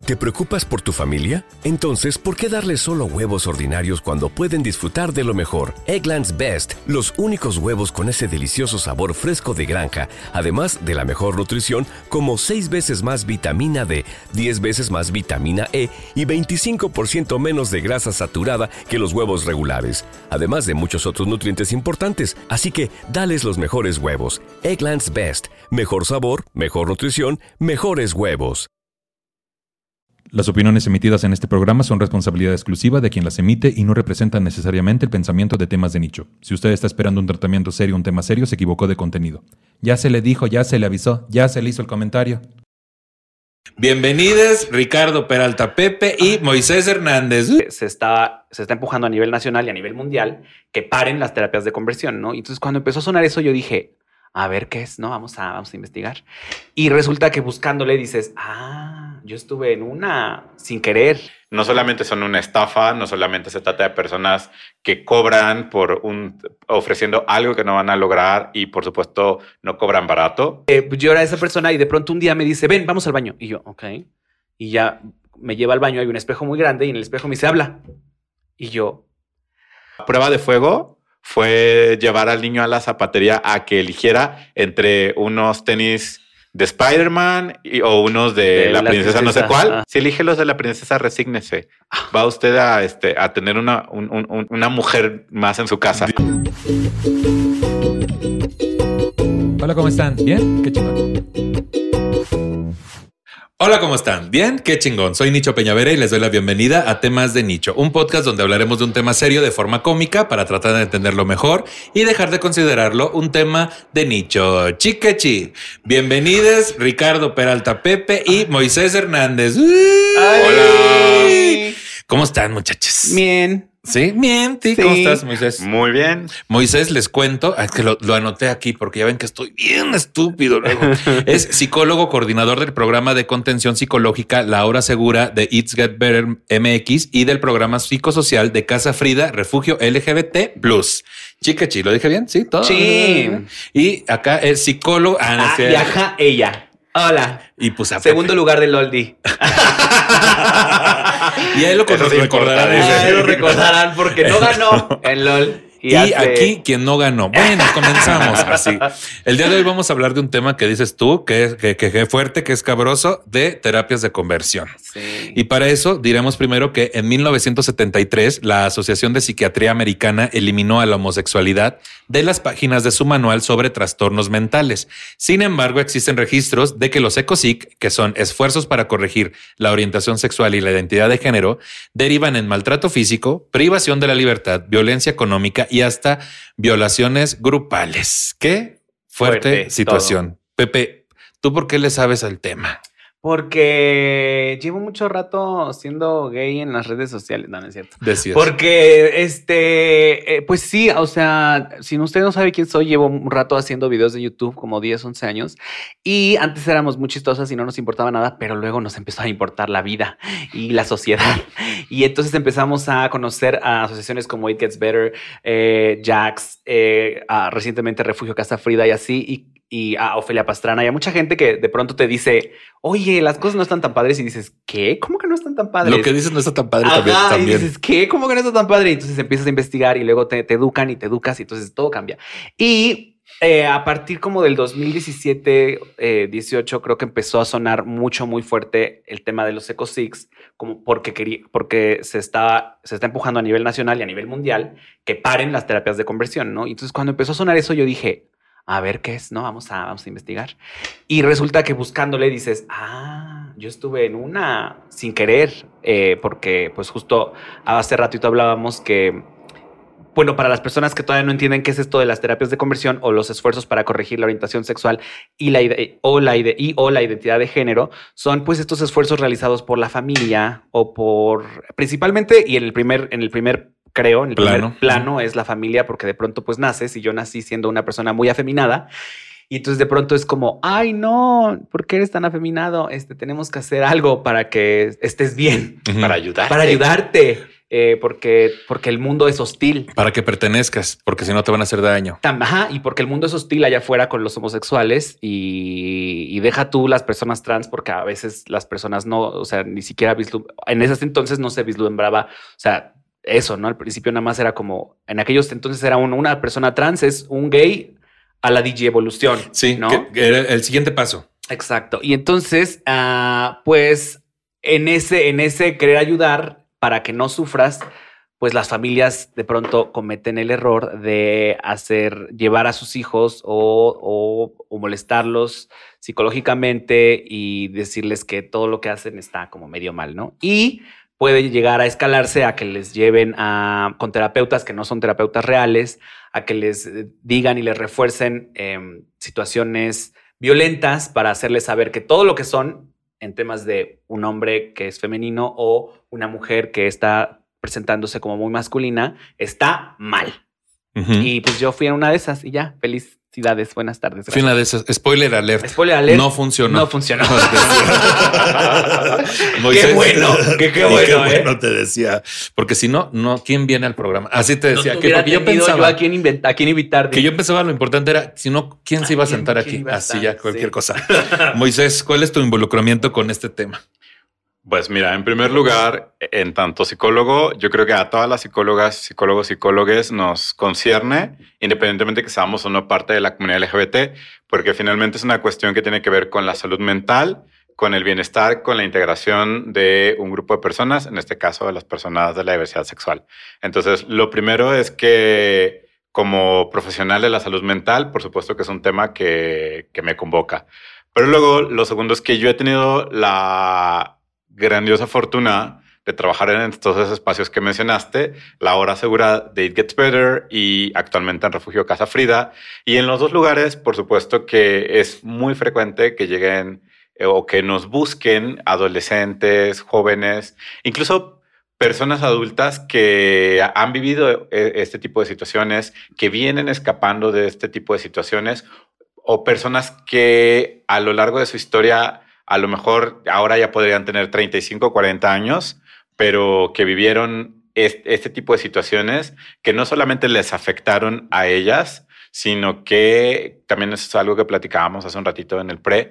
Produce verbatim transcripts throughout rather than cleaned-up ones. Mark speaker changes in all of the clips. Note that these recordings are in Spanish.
Speaker 1: ¿Te preocupas por tu familia? Entonces, ¿por qué darles solo huevos ordinarios cuando pueden disfrutar de lo mejor? Eggland's Best, los únicos huevos con ese delicioso sabor fresco de granja, además de la mejor nutrición, como seis veces más vitamina D, diez veces más vitamina E y veinticinco por ciento menos de grasa saturada que los huevos regulares, además de muchos otros nutrientes importantes. Así que, dales los mejores huevos. Eggland's Best, mejor sabor, mejor nutrición, mejores huevos.
Speaker 2: Las opiniones emitidas en este programa son responsabilidad exclusiva de quien las emite y no representan necesariamente el pensamiento de temas de nicho. Si usted está esperando un tratamiento serio o un tema serio, se equivocó de contenido. Ya se le dijo, ya se le avisó, ya se le hizo el comentario.
Speaker 3: Bienvenidos Ricardo Peralta Pepe y Moisés Hernández.
Speaker 4: Se está, se está empujando a nivel nacional y a nivel mundial que paren las terapias de conversión, ¿no? Y entonces cuando empezó a sonar eso yo dije, a ver qué es, ¿no? Vamos a, vamos a investigar. Y resulta que buscándole dices, ah, yo estuve en una sin querer.
Speaker 5: No solamente son una estafa, no solamente se trata de personas que cobran por un ofreciendo algo que no van a lograr y por supuesto no cobran barato.
Speaker 4: Eh, yo era esa persona y de pronto un día me dice, ven, vamos al baño. Y yo, ok. Y ya me lleva al baño, hay un espejo muy grande y en el espejo me dice, habla. Y yo...
Speaker 5: Prueba de fuego fue llevar al niño a la zapatería a que eligiera entre unos tenis de Spider-Man y, o unos de, de la, la princesa, princesa no sé cuál. Ah. Si elige los de la princesa, resígnese. Va usted a, este, a tener una, un, un, una mujer más en su casa.
Speaker 2: Hola, ¿cómo están? ¿Bien? Qué chingón.
Speaker 3: Hola, ¿cómo están? ¿Bien? ¡Qué chingón! Soy Nicho Peñavera y les doy la bienvenida a Temas de Nicho, un podcast donde hablaremos de un tema serio de forma cómica para tratar de entenderlo mejor y dejar de considerarlo un tema de nicho. Chiquechi. Bienvenidos Ricardo Peralta Pepe y Moisés Hernández.
Speaker 4: Ay.
Speaker 3: Hola. ¿Cómo están, muchachos?
Speaker 4: Bien.
Speaker 3: ¿Sí? Bien. ¿Sí? ¿Cómo estás, Moisés?
Speaker 5: Muy bien.
Speaker 3: Moisés, les cuento, es que lo, lo anoté aquí porque ya ven que estoy bien estúpido luego. Es psicólogo, coordinador del programa de contención psicológica La Hora Segura de It's Get Better M X y del programa psicosocial de Casa Frida, Refugio L G B T plus. Chiquechi, ¿lo dije bien? Sí, todo.
Speaker 4: Sí.
Speaker 3: Y acá es psicólogo. Ah, no
Speaker 4: ah,
Speaker 3: sé.
Speaker 4: Viaja ella. Hola.
Speaker 3: Y pues a
Speaker 4: Segundo
Speaker 3: Pepe.
Speaker 4: lugar del Oldie.
Speaker 3: Y ahí lo
Speaker 5: Eso sí
Speaker 3: recordarán.
Speaker 4: Ahí lo recordarán porque no ganó en LOL.
Speaker 3: Y,
Speaker 4: y hace...
Speaker 3: aquí quien no ganó. Bueno, comenzamos así. El día de hoy vamos a hablar de un tema que dices tú, que es que, que, que fuerte, que es cabroso, de terapias de conversión.
Speaker 4: Sí.
Speaker 3: Y para eso diremos primero que en mil novecientos setenta y tres la Asociación de Psiquiatría Americana eliminó a la homosexualidad de las páginas de su manual sobre trastornos mentales. Sin embargo, existen registros de que los ECOSIC, que son esfuerzos para corregir la orientación sexual y la identidad de género, derivan en maltrato físico, privación de la libertad, violencia económica y hasta violaciones grupales. Qué fuerte, fuerte situación. Todo. Pepe, ¿tú por qué le sabes al tema?
Speaker 4: Porque llevo mucho rato siendo gay en las redes sociales. No, no es cierto.
Speaker 3: Decías.
Speaker 4: Porque, este, eh, pues sí, o sea, si usted no sabe quién soy, llevo un rato haciendo videos de YouTube, como diez, once años. Y antes éramos muy chistosas y no nos importaba nada, pero luego nos empezó a importar la vida y la sociedad. Y entonces empezamos a conocer a asociaciones como It Gets Better, eh, Jax, eh, a, recientemente Refugio Casa Frida y así. Y y a Ofelia Pastrana y a mucha gente que de pronto te dice, oye, las cosas no están tan padres y dices, ¿qué? ¿Cómo que no están tan padres?
Speaker 3: Lo que dices no está tan padre.
Speaker 4: Ajá,
Speaker 3: también. también.
Speaker 4: Y dices, ¿qué? ¿Cómo que no está tan padre? Y entonces empiezas a investigar y luego te, te educan y te educas y entonces todo cambia. Y eh, a partir como del dos mil diecisiete, eh, dieciocho, creo que empezó a sonar mucho, muy fuerte el tema de los ECOSIX, como porque, quería, porque se, está, se está empujando a nivel nacional y a nivel mundial que paren las terapias de conversión, ¿no? Y entonces cuando empezó a sonar eso yo dije, a ver qué es, ¿no? Vamos a, vamos a investigar. Y resulta que buscándole dices, ah, yo estuve en una sin querer, eh, porque pues justo hace ratito hablábamos que, bueno, para las personas que todavía no entienden qué es esto de las terapias de conversión o los esfuerzos para corregir la orientación sexual y la, o la, y, o la identidad de género, son pues estos esfuerzos realizados por la familia o por, principalmente, y en el primer, en el primer creo, en el plano. primer plano es la familia, porque de pronto pues naces y yo nací siendo una persona muy afeminada y entonces de pronto es como, ay no, ¿por qué eres tan afeminado? Este, tenemos que hacer algo para que estés bien.
Speaker 5: Uh-huh. Para ayudarte.
Speaker 4: Para ayudarte. eh, porque, porque el mundo es hostil.
Speaker 3: Para que pertenezcas, porque si no te van a hacer daño.
Speaker 4: Ajá, y porque el mundo es hostil allá afuera con los homosexuales y, y deja tú las personas trans, porque a veces las personas no, o sea, ni siquiera vislum- en ese entonces no se vislumbraba, o sea, eso, ¿no? Al principio nada más era como, en aquellos entonces era un, una persona trans, es un gay a la digievolución.
Speaker 3: Sí,
Speaker 4: ¿no?
Speaker 3: que, que era el siguiente paso.
Speaker 4: Exacto. Y entonces, uh, pues en ese, en ese querer ayudar para que no sufras, pues las familias de pronto cometen el error de hacer, llevar a sus hijos o, o, o molestarlos psicológicamente y decirles que todo lo que hacen está como medio mal, ¿no? Y puede llegar a escalarse a que les lleven a, con terapeutas que no son terapeutas reales, a que les digan y les refuercen eh, situaciones violentas para hacerles saber que todo lo que son en temas de un hombre que es femenino o una mujer que está presentándose como muy masculina, está mal. Uh-huh. Y pues yo fui en una de esas y ya, felicidades, buenas tardes.
Speaker 3: Fui en una de esas. Spoiler alert.
Speaker 4: Spoiler alert.
Speaker 3: No funcionó.
Speaker 4: No funcionó.
Speaker 3: Moisés,
Speaker 4: qué bueno, qué, qué bueno,
Speaker 3: qué
Speaker 4: ¿eh?
Speaker 3: bueno te decía. Porque si no, no, ¿quién viene al programa? Así te decía.
Speaker 4: No
Speaker 3: que porque yo pensaba
Speaker 4: yo a quién, inventa, a quién invitar.
Speaker 3: Que yo pensaba lo importante era, si no, ¿quién se iba a sentar aquí? A Así ya, cualquier sí. cosa. Moisés, ¿cuál es tu involucramiento con este tema?
Speaker 5: Pues mira, en primer lugar, en tanto psicólogo, yo creo que a todas las psicólogas, psicólogos, psicólogues nos concierne, independientemente que seamos o no parte de la comunidad L G B T, porque finalmente es una cuestión que tiene que ver con la salud mental, con el bienestar, con la integración de un grupo de personas, en este caso de las personas de la diversidad sexual. Entonces, lo primero es que como profesional de la salud mental, por supuesto que es un tema que, que me convoca. Pero luego, lo segundo es que yo he tenido la grandiosa fortuna de trabajar en todos esos espacios que mencionaste, la hora segura de It Gets Better y actualmente en Refugio Casa Frida. Y en los dos lugares, por supuesto que es muy frecuente que lleguen eh, o que nos busquen adolescentes, jóvenes, incluso personas adultas que han vivido este tipo de situaciones, que vienen escapando de este tipo de situaciones, o personas que a lo largo de su historia a lo mejor ahora ya podrían tener treinta y cinco, cuarenta años, pero que vivieron este, este tipo de situaciones que no solamente les afectaron a ellas, sino que también es algo que platicábamos hace un ratito en el pre.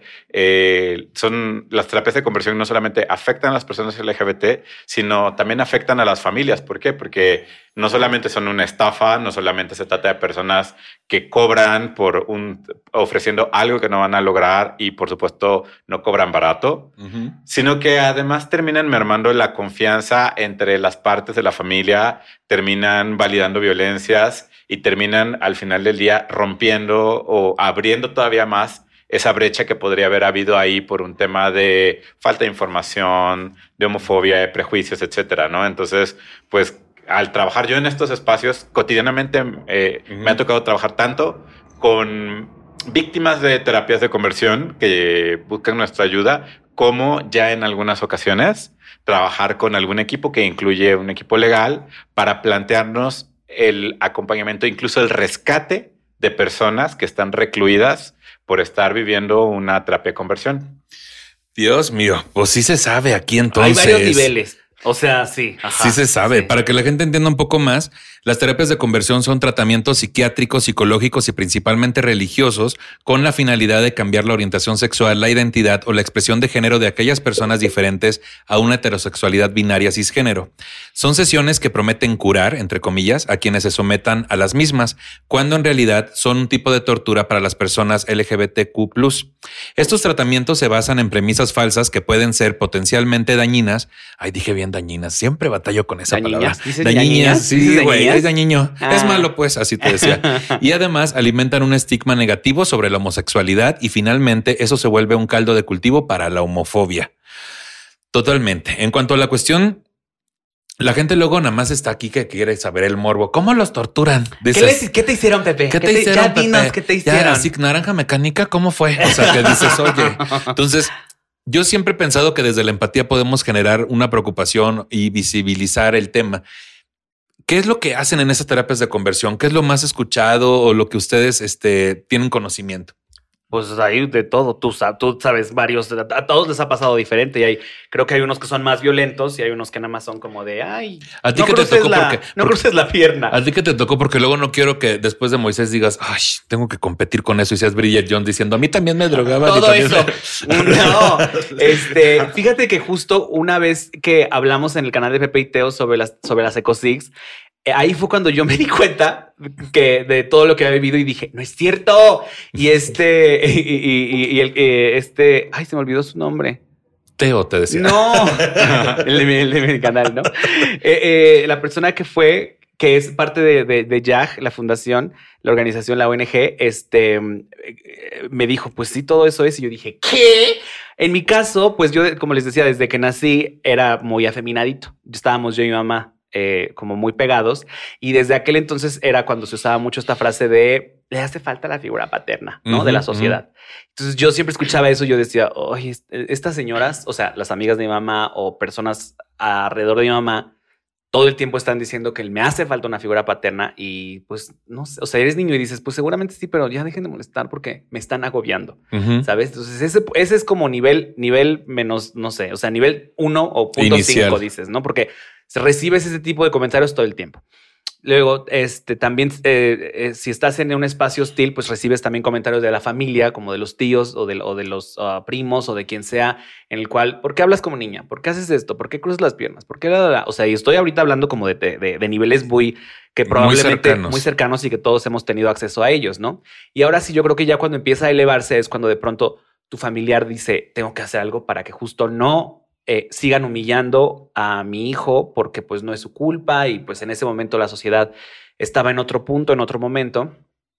Speaker 5: Eh, son las terapias de conversión no solamente afectan a las personas L G B T, sino también afectan a las familias. ¿Por qué? Porque no solamente son una estafa, no solamente se trata de personas que cobran por un, ofreciendo algo que no van a lograr y por supuesto no cobran barato, uh-huh. sino que además terminan mermando la confianza entre las partes de la familia, terminan validando violencias y terminan al final del día rompiendo o abriendo todavía más esa brecha que podría haber habido ahí por un tema de falta de información, de homofobia, de prejuicios, etcétera, ¿no? Entonces, pues al trabajar yo en estos espacios, cotidianamente eh, uh-huh. me ha tocado trabajar tanto con víctimas de terapias de conversión que buscan nuestra ayuda, como ya en algunas ocasiones trabajar con algún equipo que incluye un equipo legal para plantearnos el acompañamiento, incluso el rescate de personas que están recluidas por estar viviendo una terapia de conversión.
Speaker 3: Dios mío, pues sí se sabe aquí entonces.
Speaker 4: Hay varios niveles. O sea, sí. Ajá,
Speaker 3: sí se sabe.
Speaker 4: Sí.
Speaker 3: Para que la gente entienda un poco más, las terapias de conversión son tratamientos psiquiátricos, psicológicos y principalmente religiosos con la finalidad de cambiar la orientación sexual, la identidad o la expresión de género de aquellas personas diferentes a una heterosexualidad binaria cisgénero. Son sesiones que prometen curar, entre comillas, a quienes se sometan a las mismas, cuando en realidad son un tipo de tortura para las personas L G B T Q plus. Estos tratamientos se basan en premisas falsas que pueden ser potencialmente dañinas. Ay, dije bien dañinas. Siempre batallo con esa
Speaker 4: ¿Dañiñas?
Speaker 3: palabra.
Speaker 4: ¿Dices
Speaker 3: dañinas,
Speaker 4: dañinas?
Speaker 3: sí, güey. Es dañiño.
Speaker 4: Ah.
Speaker 3: Es malo, pues, así te decía. Y además alimentan un estigma negativo sobre la homosexualidad y finalmente eso se vuelve un caldo de cultivo para la homofobia. Totalmente. En cuanto a la cuestión, la gente luego nada más está aquí que quiere saber el morbo. ¿Cómo los torturan?
Speaker 4: Dices, ¿Qué, les, ¿Qué te hicieron, Pepe?
Speaker 3: ¿Qué, ¿Qué te, te hicieron,
Speaker 4: ya
Speaker 3: Pepe?
Speaker 4: Dinos, ¿qué te hicieron?
Speaker 3: Ya, así, naranja mecánica, ¿cómo fue? O sea, que dices, oye. Entonces, yo siempre he pensado que desde la empatía podemos generar una preocupación y visibilizar el tema. ¿Qué es lo que hacen en esas terapias de conversión? ¿Qué es lo más escuchado o lo que ustedes este, tienen conocimiento?
Speaker 4: Pues hay de todo, tú, tú sabes varios, a todos les ha pasado diferente y hay, creo que hay unos que son más violentos y hay unos que nada más son como de, ay,
Speaker 3: ¿A ti
Speaker 4: no
Speaker 3: que te tocó
Speaker 4: la,
Speaker 3: porque,
Speaker 4: no
Speaker 3: porque,
Speaker 4: cruces la pierna?
Speaker 3: A ti que te tocó porque luego no quiero que después de Moisés digas, ay, tengo que competir con eso y seas Bridget Jones diciendo, a mí también me drogaban.
Speaker 4: Todo
Speaker 3: y
Speaker 4: eso.
Speaker 3: Me...
Speaker 4: No, este, fíjate que justo una vez que hablamos en el canal de Pepe y Teo sobre las, sobre las Ecosix, ahí fue cuando yo me di cuenta que de todo lo que había vivido y dije, no es cierto. Y este, y, y, y el, este, ay, se me olvidó su nombre.
Speaker 3: Teo, te decía.
Speaker 4: No, el, de, el de mi canal, ¿no? Eh, eh, la persona que fue, que es parte de, de, de Y A G, la fundación, la organización, la O N G, este, me dijo, pues sí, todo eso es. Y yo dije, ¿qué? En mi caso, pues yo, como les decía, desde que nací era muy afeminadito. Estábamos yo y mi mamá. Eh, como muy pegados y desde aquel entonces era cuando se usaba mucho esta frase de le hace falta la figura paterna, ¿no? Uh-huh, de la sociedad. Uh-huh. Entonces yo siempre escuchaba eso y yo decía, oye, estas señoras, o sea, las amigas de mi mamá o personas alrededor de mi mamá, todo el tiempo están diciendo que me hace falta una figura paterna y pues no sé, o sea, eres niño y dices, pues seguramente sí, pero ya dejen de molestar porque me están agobiando, uh-huh. ¿sabes? Entonces ese, ese es como nivel, nivel menos, no sé, o sea, nivel uno o punto cinco dices, ¿no? Porque recibes ese tipo de comentarios todo el tiempo. Luego, este, también, eh, eh, si estás en un espacio hostil, pues recibes también comentarios de la familia, como de los tíos o de, o de los uh, primos o de quien sea, en el cual, ¿por qué hablas como niña? ¿Por qué haces esto? ¿Por qué cruzas las piernas? ¿Por qué la, la, la? O sea, y estoy ahorita hablando como de, de, de niveles muy, que probablemente muy cercanos. muy cercanos y que todos hemos tenido acceso a ellos, ¿no? Y ahora sí, yo creo que ya cuando empieza a elevarse es cuando de pronto tu familiar dice, tengo que hacer algo para que justo no... Eh, sigan humillando a mi hijo porque pues no es su culpa y pues en ese momento la sociedad estaba en otro punto, en otro momento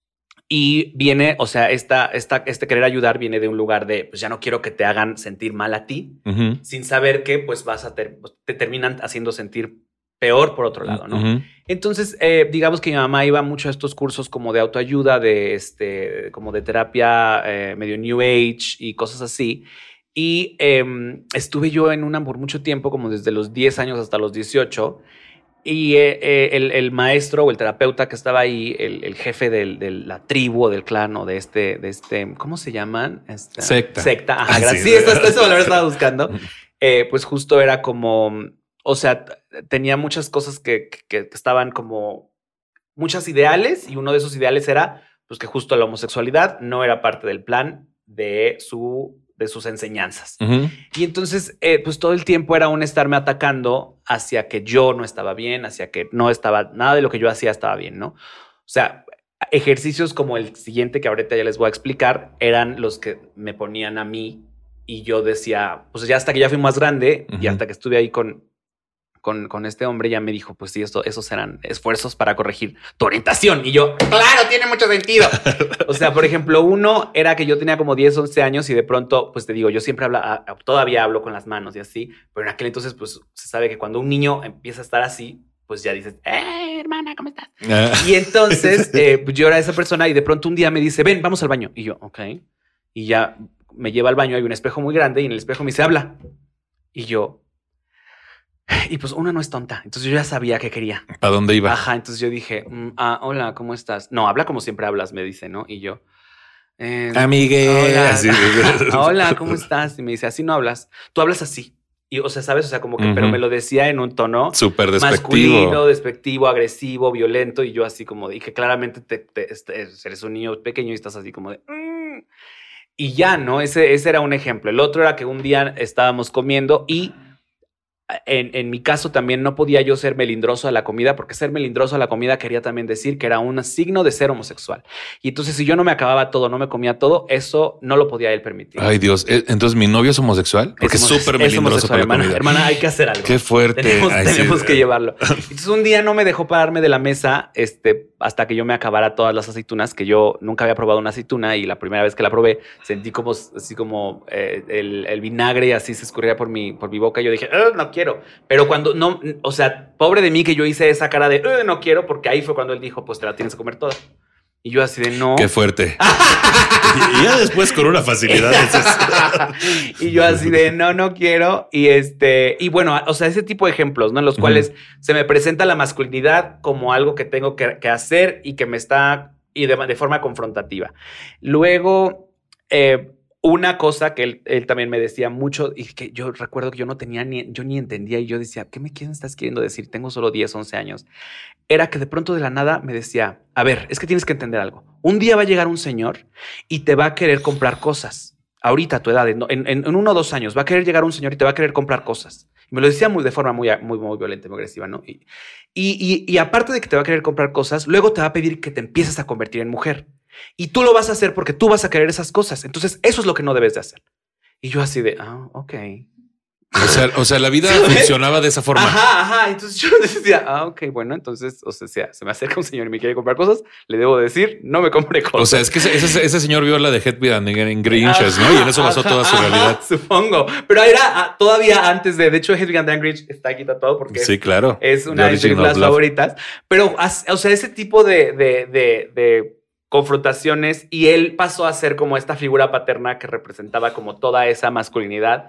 Speaker 4: y viene, o sea, esta, esta, este querer ayudar viene de un lugar de pues ya no quiero que te hagan sentir mal a ti, uh-huh. sin saber que pues vas a ter- te terminan haciendo sentir peor por otro lado, ¿no? Uh-huh. Entonces, eh, digamos que mi mamá iba mucho a estos cursos como de autoayuda, de este, como de terapia eh, medio New Age y cosas así. Y eh, estuve yo en una por mucho tiempo, como desde los diez años hasta los dieciocho. Y eh, eh, el, el maestro o el terapeuta que estaba ahí, el, el jefe del, de la tribu o del clan o de este, de este, ¿cómo se llaman? Esta,
Speaker 3: secta.
Speaker 4: Secta. Ajá, ah, gracias. Sí, sí, eso, eso lo estaba buscando. Eh, pues justo era como, o sea, tenía muchas cosas que, que, que estaban como, muchas ideales. Y uno de esos ideales era, pues que justo la homosexualidad no era parte del plan de su... de sus enseñanzas. Uh-huh. Y entonces, eh, pues todo el tiempo era un estarme atacando hacia que yo no estaba bien, hacia que no estaba, nada de lo que yo hacía estaba bien, ¿no? O sea, ejercicios como el siguiente que ahorita ya les voy a explicar eran los que me ponían a mí y yo decía, pues ya hasta que ya fui más grande uh-huh. y hasta que estuve ahí con... Con, con este hombre ya me dijo, pues sí, esto, esos eran esfuerzos para corregir tu orientación. Y yo, claro, tiene mucho sentido. O sea, por ejemplo, uno era que yo tenía como diez, once años y de pronto, pues te digo, yo siempre habla, todavía hablo con las manos y así, pero en aquel entonces, pues se sabe que cuando un niño empieza a estar así, pues ya dices, eh, hermana, ¿cómo estás? Y entonces eh, pues yo era esa persona y de pronto un día me dice, ven, vamos al baño. Y yo, ok. Y ya me lleva al baño, hay un espejo muy grande y en el espejo me dice, habla. Y yo... Y pues una no es tonta. Entonces yo ya sabía qué quería.
Speaker 3: ¿Para dónde iba?
Speaker 4: Ajá. Entonces yo dije, mm, ah, hola, ¿cómo estás? No, habla como siempre hablas, me dice, ¿no? Y yo, eh,
Speaker 3: amigue.
Speaker 4: Hola,
Speaker 3: así.
Speaker 4: Hola, ¿cómo estás? Y me dice, así no hablas. Tú hablas así. Y, o sea, ¿sabes? O sea, como que, uh-huh. pero me lo decía en un tono
Speaker 3: súper despectivo.
Speaker 4: Masculino, despectivo, agresivo, violento. Y yo así como dije, claramente te, te, te, eres un niño pequeño y estás así como de... Mm. Y ya, ¿no? Ese, ese era un ejemplo. El otro era que un día estábamos comiendo y... En, en mi caso también no podía yo ser melindroso a la comida porque ser melindroso a la comida quería también decir que era un signo de ser homosexual. Y entonces si yo no me acababa todo, no me comía todo, eso no lo podía él permitir.
Speaker 3: Ay Dios, entonces mi novio es homosexual porque es súper melindroso para la
Speaker 4: hermana,
Speaker 3: comida.
Speaker 4: Hermana, hay que hacer algo.
Speaker 3: Qué fuerte.
Speaker 4: Tenemos,
Speaker 3: Ay,
Speaker 4: tenemos
Speaker 3: sí.
Speaker 4: que llevarlo. Entonces un día no me dejó pararme de la mesa este, hasta que yo me acabara todas las aceitunas, que yo nunca había probado una aceituna y la primera vez que la probé sentí como, así como eh, el, el vinagre así se escurría por mi, por mi boca y yo dije, oh, no quiero. Pero cuando no, o sea, pobre de mí que yo hice esa cara de eh, no quiero, porque ahí fue cuando él dijo, pues te la tienes que comer toda. Y yo así de no.
Speaker 3: Qué fuerte. y, y ya después con una facilidad.
Speaker 4: y yo así de no, no quiero. Y este, y bueno, o sea, ese tipo de ejemplos, ¿no? En los uh-huh. cuales se me presenta la masculinidad como algo que tengo que, que hacer y que me está, y de, de forma confrontativa. Luego, Eh, una cosa que él, él también me decía mucho y que yo recuerdo que yo no tenía ni, yo ni entendía y yo decía, ¿qué me quién estás queriendo decir? Tengo solo diez, once años. Era que de pronto de la nada me decía, a ver, es que tienes que entender algo. Un día va a llegar un señor y te va a querer comprar cosas. Ahorita a tu edad, en, en, en uno o dos años, va a querer llegar un señor y te va a querer comprar cosas. Y me lo decía muy, de forma muy, muy, muy violenta, muy agresiva, ¿no? Y, y, y, y aparte de que te va a querer comprar cosas, luego te va a pedir que te empieces a convertir en mujer. Y tú lo vas a hacer porque tú vas a querer esas cosas. Entonces, eso es lo que no debes de hacer. Y yo así de, ah, ok.
Speaker 3: O sea, o sea, la vida funcionaba de esa forma.
Speaker 4: Ajá, ajá. Entonces yo decía, ah, ok, bueno, entonces, o sea, se me acerca un señor y me quiere comprar cosas, le debo decir, no me compre cosas.
Speaker 3: O sea, es que ese, ese, ese señor vio la de Hedwig and Grinches, ¿no? Y en eso basó ajá, toda su ajá, realidad.
Speaker 4: Supongo. Pero era todavía antes de, de hecho, Hedwig and Grinch está aquí tatuado porque
Speaker 3: sí, claro.
Speaker 4: es una de mis películas favoritas. Pero, o sea, ese tipo de, de, de, de confrontaciones y él pasó a ser como esta figura paterna que representaba como toda esa masculinidad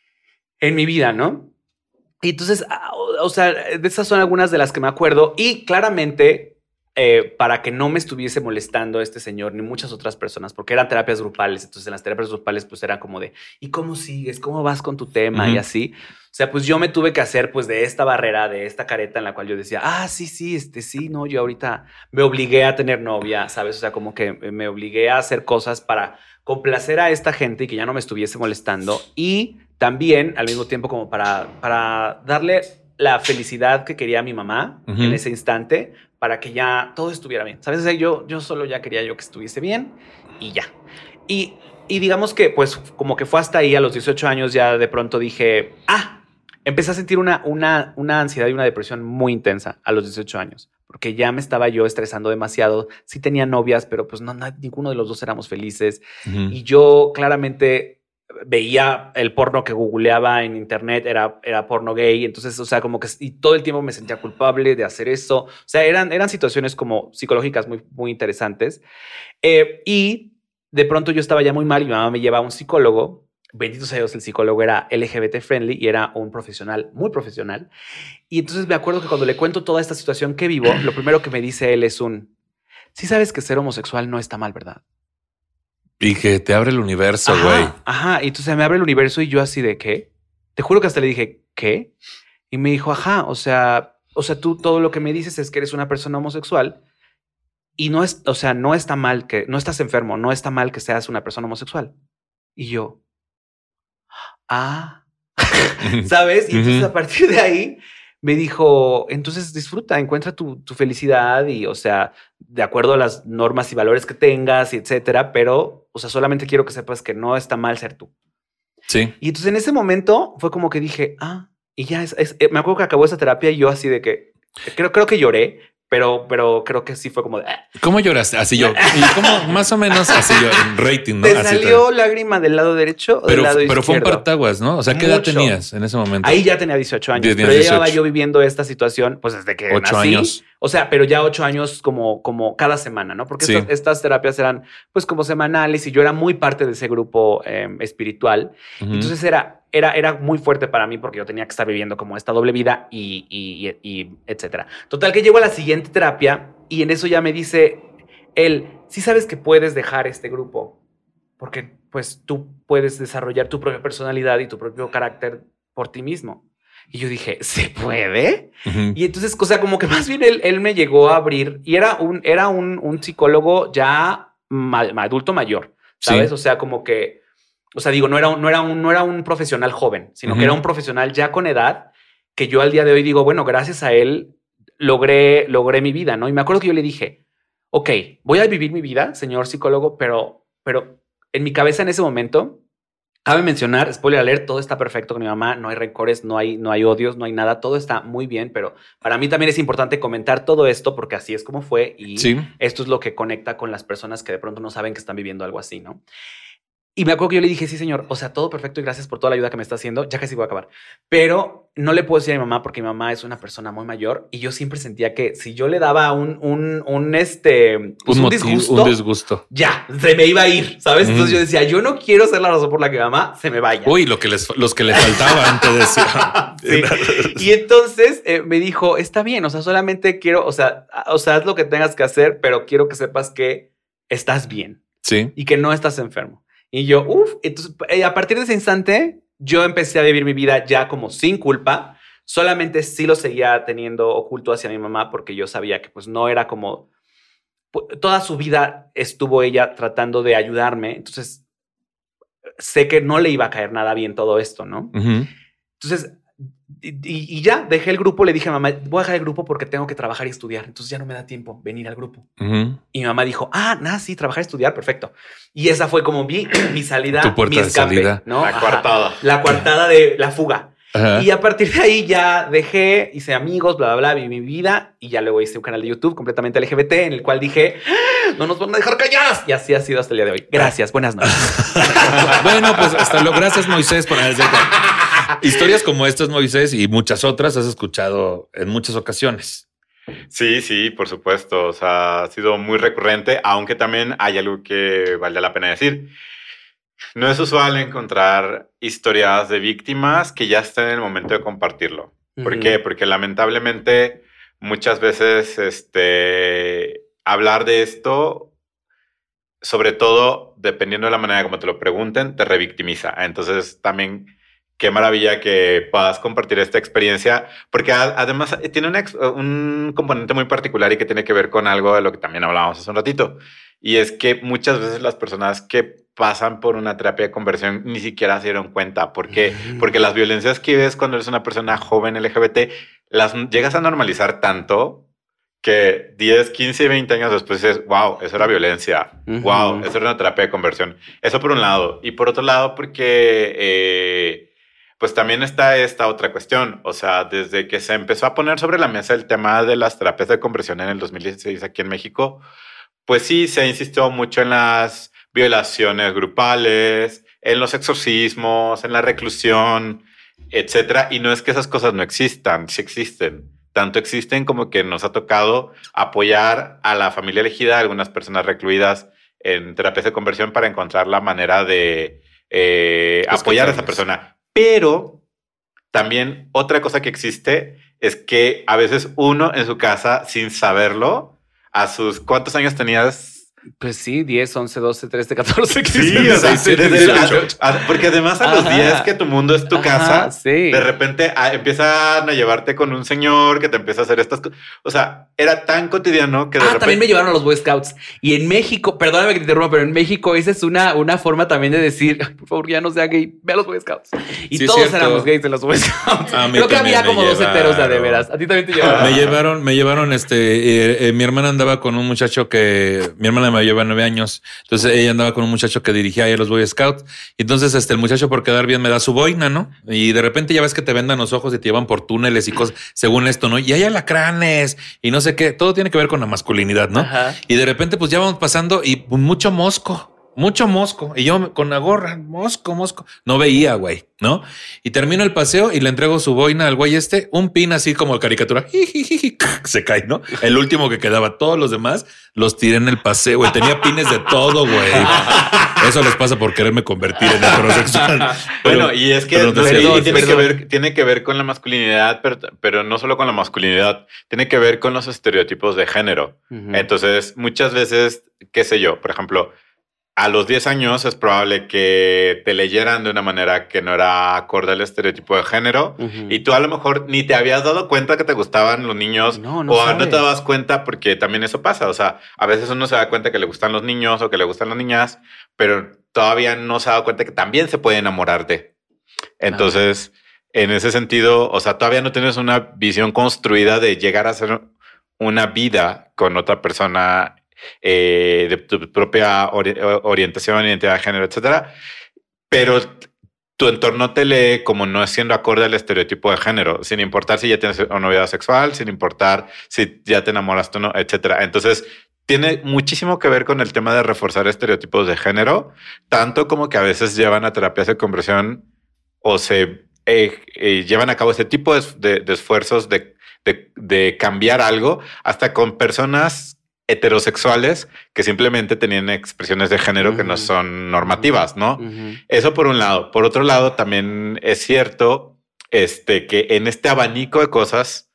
Speaker 4: en mi vida, ¿no? Y entonces, o sea, de esas son algunas de las que me acuerdo y claramente eh, para que no me estuviese molestando este señor ni muchas otras personas, porque eran terapias grupales, entonces en las terapias grupales pues era como de, ¿y cómo sigues? ¿Cómo vas con tu tema? Uh-huh. Y así. O sea, pues yo me tuve que hacer pues de esta barrera, de esta careta en la cual yo decía, ah, sí, sí, este, sí, no, yo ahorita me obligué a tener novia, ¿sabes? O sea, como que me obligué a hacer cosas para complacer a esta gente y que ya no me estuviese molestando y también al mismo tiempo como para, para darle la felicidad que quería mi mamá uh-huh. en ese instante para que ya todo estuviera bien. ¿Sabes? O sea, yo, yo solo ya quería yo que estuviese bien y ya. Y, y digamos que pues como que fue hasta ahí a los dieciocho años ya de pronto dije, ah, empecé a sentir una, una, una ansiedad y una depresión muy intensa a los dieciocho años. Porque ya me estaba yo estresando demasiado. Sí tenía novias, pero pues no, no ninguno de los dos éramos felices. Uh-huh. Y yo claramente veía el porno que googleaba en internet, era, era porno gay. Entonces, o sea, como que y todo el tiempo me sentía culpable de hacer eso. O sea, eran, eran situaciones como psicológicas muy, muy interesantes. Eh, y de pronto yo estaba ya muy mal y mi mamá me lleva a un psicólogo. Bendito sea Dios, el psicólogo era L G B T friendly y era un profesional, muy profesional. Y entonces me acuerdo que cuando le cuento toda esta situación que vivo, lo primero que me dice él es un, sí sabes que ser homosexual no está mal, ¿verdad?
Speaker 3: Y que te abre el universo, güey.
Speaker 4: Ajá, ajá, y entonces me abre el universo y yo así de, ¿qué? Te juro que hasta le dije, ¿qué? Y me dijo, ajá, o sea, o sea, tú todo lo que me dices es que eres una persona homosexual y no es, o sea, no está mal que, no estás enfermo, no está mal que seas una persona homosexual. Y yo, ah, ¿sabes? Y entonces a partir de ahí me dijo, entonces disfruta, encuentra tu, tu felicidad y, o sea, de acuerdo a las normas y valores que tengas y etcétera, pero, o sea, solamente quiero que sepas que no está mal ser tú.
Speaker 3: Sí.
Speaker 4: Y entonces en ese momento fue como que dije, ah, y ya es, es me acuerdo que acabó esa terapia y yo así de que, creo, creo que lloré. Pero, pero creo que sí fue como de... Ah.
Speaker 3: ¿Cómo lloraste? Así yo. Y como más o menos así yo, en rating, ¿no?
Speaker 4: ¿Te
Speaker 3: así
Speaker 4: salió te... lágrima del lado derecho o
Speaker 3: pero,
Speaker 4: del lado izquierdo?
Speaker 3: Pero fue un partaguas, ¿no? O sea, ¿qué Mucho. edad tenías en ese momento?
Speaker 4: Ahí ya tenía dieciocho años.
Speaker 3: diez,
Speaker 4: pero ya llevaba yo viviendo esta situación pues desde que
Speaker 3: ocho
Speaker 4: nací.
Speaker 3: años.
Speaker 4: O sea, pero ya ocho años como, como cada semana, ¿no? Porque sí. estas, estas terapias eran pues como semanales y yo era muy parte de ese grupo eh, espiritual. Uh-huh. Entonces era... Era, era muy fuerte para mí porque yo tenía que estar viviendo como esta doble vida y, y, y, y etcétera. Total que llego a la siguiente terapia y en eso ya me dice él, sí sabes que puedes dejar este grupo porque pues tú puedes desarrollar tu propia personalidad y tu propio carácter por ti mismo. Y yo dije, ¿se puede? Uh-huh. Y entonces, o sea, como que más bien él, él me llegó a abrir y era un, era un, un psicólogo ya ma, adulto mayor, ¿sabes? Sí. O sea, como que... O sea, digo, no era un, no era un, no era un profesional joven, sino uh-huh. que era un profesional ya con edad que yo al día de hoy digo, bueno, gracias a él logré, logré mi vida, ¿no? Y me acuerdo que yo le dije, ok, voy a vivir mi vida, señor psicólogo, pero, pero en mi cabeza en ese momento, cabe mencionar, spoiler alert, todo está perfecto con mi mamá, no hay rencores, no hay, no hay odios, no hay nada, todo está muy bien, pero para mí también es importante comentar todo esto porque así es como fue y sí. esto es lo que conecta con las personas que de pronto no saben que están viviendo algo así, ¿no? Y me acuerdo que yo le dije, sí, señor, o sea, todo perfecto y gracias por toda la ayuda que me está haciendo. Ya casi voy a acabar. Pero no le puedo decir a mi mamá porque mi mamá es una persona muy mayor y yo siempre sentía que si yo le daba un, un, un, este, pues
Speaker 3: un,
Speaker 4: un,
Speaker 3: motivo,
Speaker 4: disgusto,
Speaker 3: un disgusto,
Speaker 4: ya, se me iba a ir, ¿sabes? Mm. Entonces yo decía, yo no quiero ser la razón por la que mi mamá se me vaya.
Speaker 3: Uy, lo que les, los que le faltaban, te decía.
Speaker 4: Sí. Y entonces eh, me dijo, está bien, o sea, solamente quiero, o sea, o sea, haz lo que tengas que hacer, pero quiero que sepas que estás bien.
Speaker 3: Sí.
Speaker 4: Y que no estás enfermo. Y yo, uff, entonces a partir de ese instante yo empecé a vivir mi vida ya como sin culpa. Solamente sí lo seguía teniendo oculto hacia mi mamá porque yo sabía que pues no era como... Toda su vida estuvo ella tratando de ayudarme. Entonces sé que no le iba a caer nada bien todo esto, ¿no?
Speaker 3: Uh-huh.
Speaker 4: Entonces... Y, y ya dejé el grupo, le dije a mamá, voy a dejar el grupo porque tengo que trabajar y estudiar. Entonces ya no me da tiempo venir al grupo.
Speaker 3: Uh-huh.
Speaker 4: Y mi mamá dijo, ah, nada, sí, trabajar y estudiar, perfecto. Y esa fue como mi, mi salida,
Speaker 3: tu puerta
Speaker 4: mi escape,
Speaker 3: de salida.
Speaker 4: ¿no?
Speaker 5: La
Speaker 4: Ajá.
Speaker 5: coartada.
Speaker 4: La coartada de la fuga.
Speaker 3: Ajá.
Speaker 4: Y a partir de ahí ya dejé, hice amigos, bla, bla, bla, viví mi vida. Y ya luego hice un canal de YouTube completamente L G B T en el cual dije, ¡ah! No nos van a dejar calladas. Y así ha sido hasta el día de hoy. Gracias, buenas noches.
Speaker 3: Bueno, pues hasta luego. Gracias, Moisés, por hacer historias como estas, Moisés, y muchas otras has escuchado en muchas ocasiones.
Speaker 5: Sí, sí, por supuesto. O sea, ha sido muy recurrente, aunque también hay algo que vale la pena decir. No es usual encontrar historias de víctimas que ya estén en el momento de compartirlo. ¿Por uh-huh. qué? Porque lamentablemente muchas veces este, hablar de esto, sobre todo dependiendo de la manera como te lo pregunten, te revictimiza. Entonces también... Qué maravilla que puedas compartir esta experiencia, porque además tiene un, ex, un componente muy particular y que tiene que ver con algo de lo que también hablábamos hace un ratito. Y es que muchas veces las personas que pasan por una terapia de conversión ni siquiera se dieron cuenta. ¿Por qué? Mm. Porque las violencias que ves cuando eres una persona joven L G B T, las llegas a normalizar tanto que diez, quince, veinte años después dices, wow, eso era violencia. Uh-huh. Wow, eso era una terapia de conversión. Eso por un lado. Y por otro lado, porque... Eh, Pues también está esta otra cuestión. O sea, desde que se empezó a poner sobre la mesa el tema de las terapias de conversión en el dos mil dieciséis aquí en México, pues sí, se insistió mucho en las violaciones grupales, en los exorcismos, en la reclusión, etcétera. Y no es que esas cosas no existan, sí existen. Tanto existen como que nos ha tocado apoyar a la familia elegida, a algunas personas recluidas en terapias de conversión para encontrar la manera de eh, apoyar a esa persona. Pero también otra cosa que existe es que a veces uno en su casa, sin saberlo, a sus... ¿Cuántos años tenías?
Speaker 4: Pues sí, diez, once, doce, trece, catorce, quince,
Speaker 5: sí,
Speaker 4: dieciséis,
Speaker 5: o sea,
Speaker 4: diecisiete,
Speaker 5: desde
Speaker 4: dieciocho.
Speaker 5: A, a, porque además a los
Speaker 4: Ajá.
Speaker 5: diez que tu mundo es tu
Speaker 4: Ajá,
Speaker 5: casa,
Speaker 4: sí.
Speaker 5: de repente a, empiezan a llevarte con un señor que te empieza a hacer estas cosas. O sea, era tan cotidiano que de
Speaker 4: ah,
Speaker 5: repente...
Speaker 4: también me llevaron a los Boy Scouts. Y en México, perdóname que te interrumpa, pero en México esa es una, una forma también de decir, por favor, ya no sea gay, ve a los Boy Scouts. Y
Speaker 3: sí,
Speaker 4: todos éramos gays en los Boy Scouts. Creo que había como dos heteros de, de veras. A ti también te llevaron.
Speaker 3: Me llevaron, me llevaron, este, eh, eh, mi hermana andaba con un muchacho que, mi hermana me lleva nueve años. Entonces ella andaba con un muchacho que dirigía ahí a los Boy Scouts. Y entonces este, el muchacho por quedar bien me da su boina, ¿no? Y de repente ya ves que te vendan los ojos y te llevan por túneles y cosas según esto, ¿no? Y hay alacranes y no sé qué. Todo tiene que ver con la masculinidad, ¿no? Ajá. Y de repente pues ya vamos pasando y mucho mosco. Mucho mosco. Y yo con la gorra, mosco, mosco. No veía, güey, ¿no? Y termino el paseo y le entrego su boina al güey este, un pin así como caricatura. Se cae, ¿no? El último que quedaba. Todos los demás los tiré en el paseo, güey. Tenía pines de todo, güey. Eso les pasa por quererme convertir en heterosexual. Pero,
Speaker 5: bueno, y es que,
Speaker 3: perdón,
Speaker 5: sí,
Speaker 3: perdón,
Speaker 5: tiene,
Speaker 3: perdón.
Speaker 5: que ver, tiene que ver con la masculinidad, pero, pero no solo con la masculinidad. Tiene que ver con los estereotipos de género. Uh-huh. Entonces, muchas veces, qué sé yo, por ejemplo... A los diez años es probable que te leyeran de una manera que no era acorde al estereotipo de género uh-huh. y tú a lo mejor ni te habías dado cuenta que te gustaban los niños
Speaker 4: no, no
Speaker 5: o
Speaker 4: sabes.
Speaker 5: no te dabas cuenta porque también eso pasa. O sea, a veces uno se da cuenta que le gustan los niños o que le gustan las niñas, pero todavía no se ha dado cuenta que también se puede enamorar de. Entonces, ah. en ese sentido, o sea, todavía no tienes una visión construida de llegar a ser una vida con otra persona Eh, de tu propia ori- orientación, identidad de género, etcétera, pero tu entorno te lee como no siendo acorde al estereotipo de género, sin importar si ya tienes una vida sexual, sin importar si ya te enamoraste o no, etcétera. Entonces, tiene muchísimo que ver con el tema de reforzar estereotipos de género, tanto como que a veces llevan a terapias de conversión o se eh, eh, llevan a cabo este tipo de, de, de esfuerzos de, de, de cambiar algo, hasta con personas heterosexuales que simplemente tenían expresiones de género uh-huh. que no son normativas, ¿no? Uh-huh. Eso por un lado. Por otro lado, también es cierto este, que en este abanico de cosas,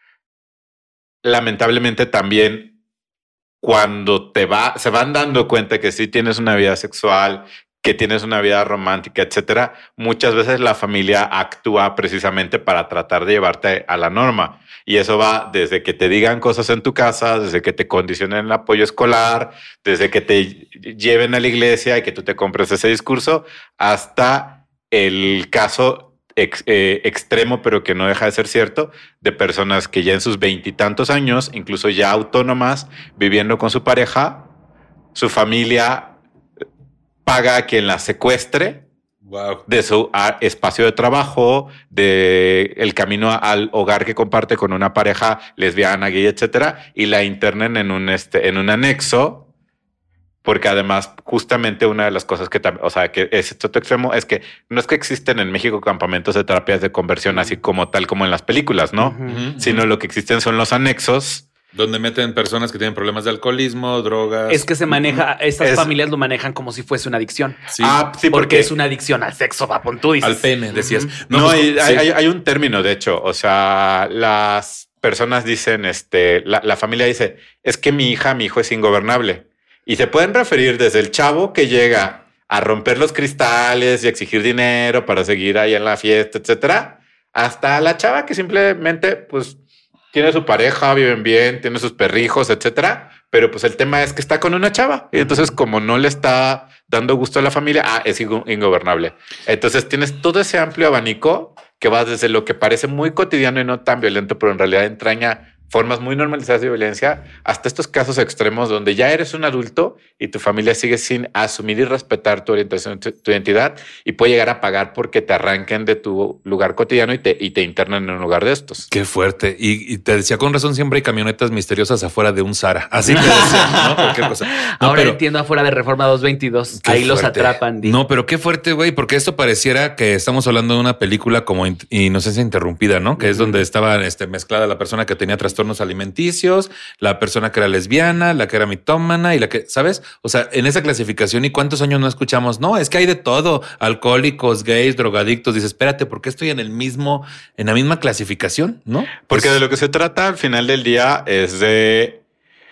Speaker 5: lamentablemente también cuando te va, se van dando cuenta que sí tienes una vida sexual, que tienes una vida romántica, etcétera, muchas veces la familia actúa precisamente para tratar de llevarte a la norma. Y eso va desde que te digan cosas en tu casa, desde que te condicionen el apoyo escolar, desde que te lleven a la iglesia y que tú te compres ese discurso, hasta el caso ex, eh, extremo, pero que no deja de ser cierto, de personas que ya en sus veintitantos años, incluso ya autónomas, viviendo con su pareja, su familia paga a quien la secuestre. Wow. De su a, espacio de trabajo, de el camino al hogar que comparte con una pareja lesbiana, gay, etcétera, y la internen en un este en un anexo, porque además justamente una de las cosas que también, o sea, que es esto extremo es que no es que existen en México campamentos de terapias de conversión así como tal como en las películas, ¿no? Uh-huh, sino uh-huh. Lo que existen son los anexos.
Speaker 3: Donde meten personas que tienen problemas de alcoholismo, drogas.
Speaker 4: Es que se maneja, estas es, familias lo manejan como si fuese una adicción.
Speaker 5: Sí. Ah, sí,
Speaker 4: porque, porque es una adicción al sexo, papón, tú dices.
Speaker 3: Al pene, decías.
Speaker 5: Uh-huh. No, no pues, hay, sí. hay, hay un término, de hecho. O sea, las personas dicen, este, la, la familia dice, es que mi hija, mi hijo es ingobernable. Y se pueden referir desde el chavo que llega a romper los cristales y exigir dinero para seguir ahí en la fiesta, etcétera, hasta la chava que simplemente, pues, tiene su pareja, viven bien, tiene sus perrijos, etcétera. Pero pues el tema es que está con una chava. Y entonces, como no le está dando gusto a la familia, ah, es ingobernable. Entonces tienes todo ese amplio abanico que va desde lo que parece muy cotidiano y no tan violento, pero en realidad entraña formas muy normalizadas de violencia, hasta estos casos extremos donde ya eres un adulto y tu familia sigue sin asumir y respetar tu orientación, tu, tu identidad, y puede llegar a pagar porque te arranquen de tu lugar cotidiano y te, y te internan en un lugar de estos.
Speaker 3: Qué fuerte. Y, y te decía, con razón, siempre hay camionetas misteriosas afuera de un Zara. Así te decía, ¿no? Cualquier cosa. No,
Speaker 4: Ahora
Speaker 3: pero,
Speaker 4: entiendo, afuera de Reforma doscientos veintidós. Ahí fuerte. Los atrapan. Di.
Speaker 3: No, pero qué fuerte, güey, porque esto pareciera que estamos hablando de una película como in- Inocencia Interrumpida, ¿no? Que uh-huh. es donde estaba este, mezclada la persona que tenía trastornos alimenticios, la persona que era lesbiana, la que era mitómana y la que, ¿sabes? O sea, en esa clasificación, ¿y cuántos años no escuchamos? No, es que hay de todo, alcohólicos, gays, drogadictos. Dices, espérate, ¿por qué estoy en el mismo, en la misma clasificación? ¿No?
Speaker 5: Porque
Speaker 3: pues,
Speaker 5: de lo que se trata al final del día es de...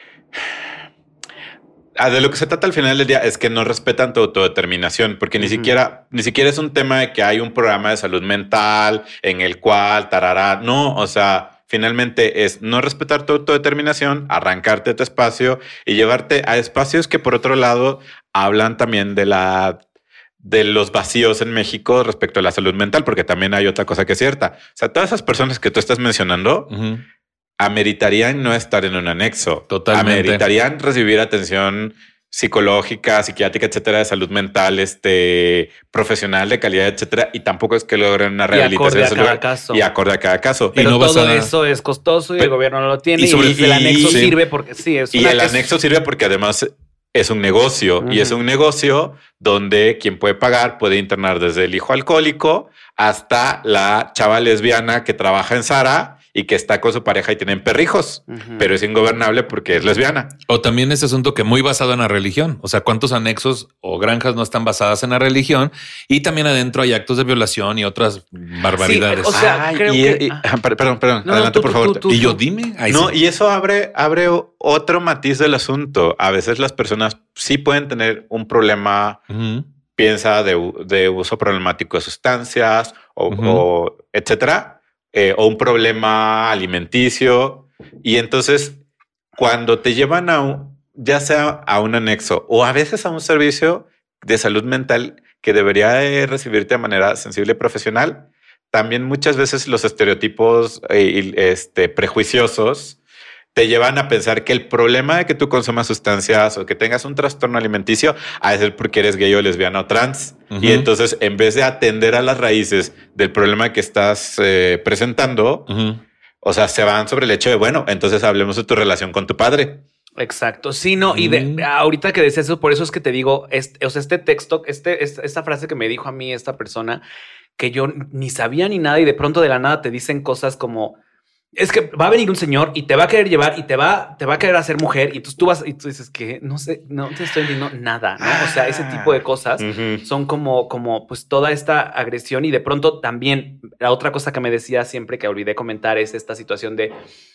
Speaker 5: De lo que se trata al final del día es que no respetan tu autodeterminación, porque uh-huh. ni siquiera, ni siquiera es un tema de que hay un programa de salud mental en el cual tarará. No, o sea, finalmente es no respetar tu autodeterminación, arrancarte de tu espacio y llevarte a espacios que, por otro lado, hablan también de la de los vacíos en México respecto a la salud mental, porque también hay otra cosa que es cierta. O sea, todas esas personas que tú estás mencionando uh-huh. ameritarían no estar en un anexo.
Speaker 3: Totalmente.
Speaker 5: Ameritarían recibir atención psicológica, psiquiátrica, etcétera, de salud mental, este, profesional de calidad, etcétera, y tampoco es que logren una rehabilitación.
Speaker 4: Y acorde a cada caso.
Speaker 5: Y acorde a cada caso.
Speaker 4: Pero
Speaker 3: y no
Speaker 4: todo
Speaker 3: a...
Speaker 4: eso es costoso y Pero, el gobierno no lo tiene. Y, sobre, y el anexo y, sirve porque sí es.
Speaker 5: Y
Speaker 4: una,
Speaker 5: el
Speaker 4: es,
Speaker 5: anexo sirve porque además es un negocio uh-huh. y es un negocio donde quien puede pagar puede internar desde el hijo alcohólico hasta la chava lesbiana que trabaja en Zara y que está con su pareja y tienen perrijos, uh-huh. pero es ingobernable porque es lesbiana.
Speaker 3: O también ese asunto que muy basado en la religión. O sea, ¿cuántos anexos o granjas no están basadas en la religión? Y también adentro hay actos de violación y otras barbaridades.
Speaker 4: Sí, o sea,
Speaker 5: Ay,
Speaker 4: creo
Speaker 5: y,
Speaker 4: que...
Speaker 5: y, ah. Perdón, perdón.
Speaker 4: No,
Speaker 5: adelante,
Speaker 4: tú,
Speaker 5: por
Speaker 4: tú,
Speaker 5: favor.
Speaker 4: Tú, tú,
Speaker 3: y yo
Speaker 4: tú.
Speaker 3: dime. Ahí
Speaker 5: no,
Speaker 3: sí.
Speaker 5: y eso abre, abre otro matiz del asunto. A veces las personas sí pueden tener un problema... Uh-huh. Piensa de, de uso problemático de sustancias o, uh-huh. o etcétera, eh, o un problema alimenticio. Y entonces, cuando te llevan a un, ya sea a un anexo o a veces a un servicio de salud mental que debería de recibirte de manera sensible y profesional, también muchas veces los estereotipos eh, este, prejuiciosos te llevan a pensar que el problema de que tú consumas sustancias o que tengas un trastorno alimenticio ha de ser porque eres gay o lesbiana o trans. Uh-huh. Y entonces, en vez de atender a las raíces del problema que estás eh, presentando, uh-huh. o sea, se van sobre el hecho de, bueno, entonces hablemos de tu relación con tu padre.
Speaker 4: Exacto. Sí, no. Uh-huh. Y de, ahorita que decías eso, por eso es que te digo, este, o sea, este texto, este, esta, esta frase que me dijo a mí esta persona, que yo ni sabía ni nada y de pronto de la nada te dicen cosas como... Es que va a venir un señor y te va a querer llevar y te va, te va a querer hacer mujer y entonces tú vas y tú dices que no sé, no te estoy entendiendo nada, ¿no? O sea, ese tipo de cosas uh-huh. son como, como pues toda esta agresión y de pronto también la otra cosa que me decía siempre que olvidé comentar es esta situación de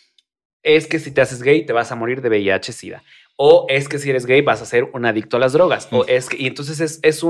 Speaker 4: es que si te haces gay te vas a morir de V I H SIDA o es que si eres gay vas a ser un adicto a las drogas uh-huh. o es que y entonces es, es un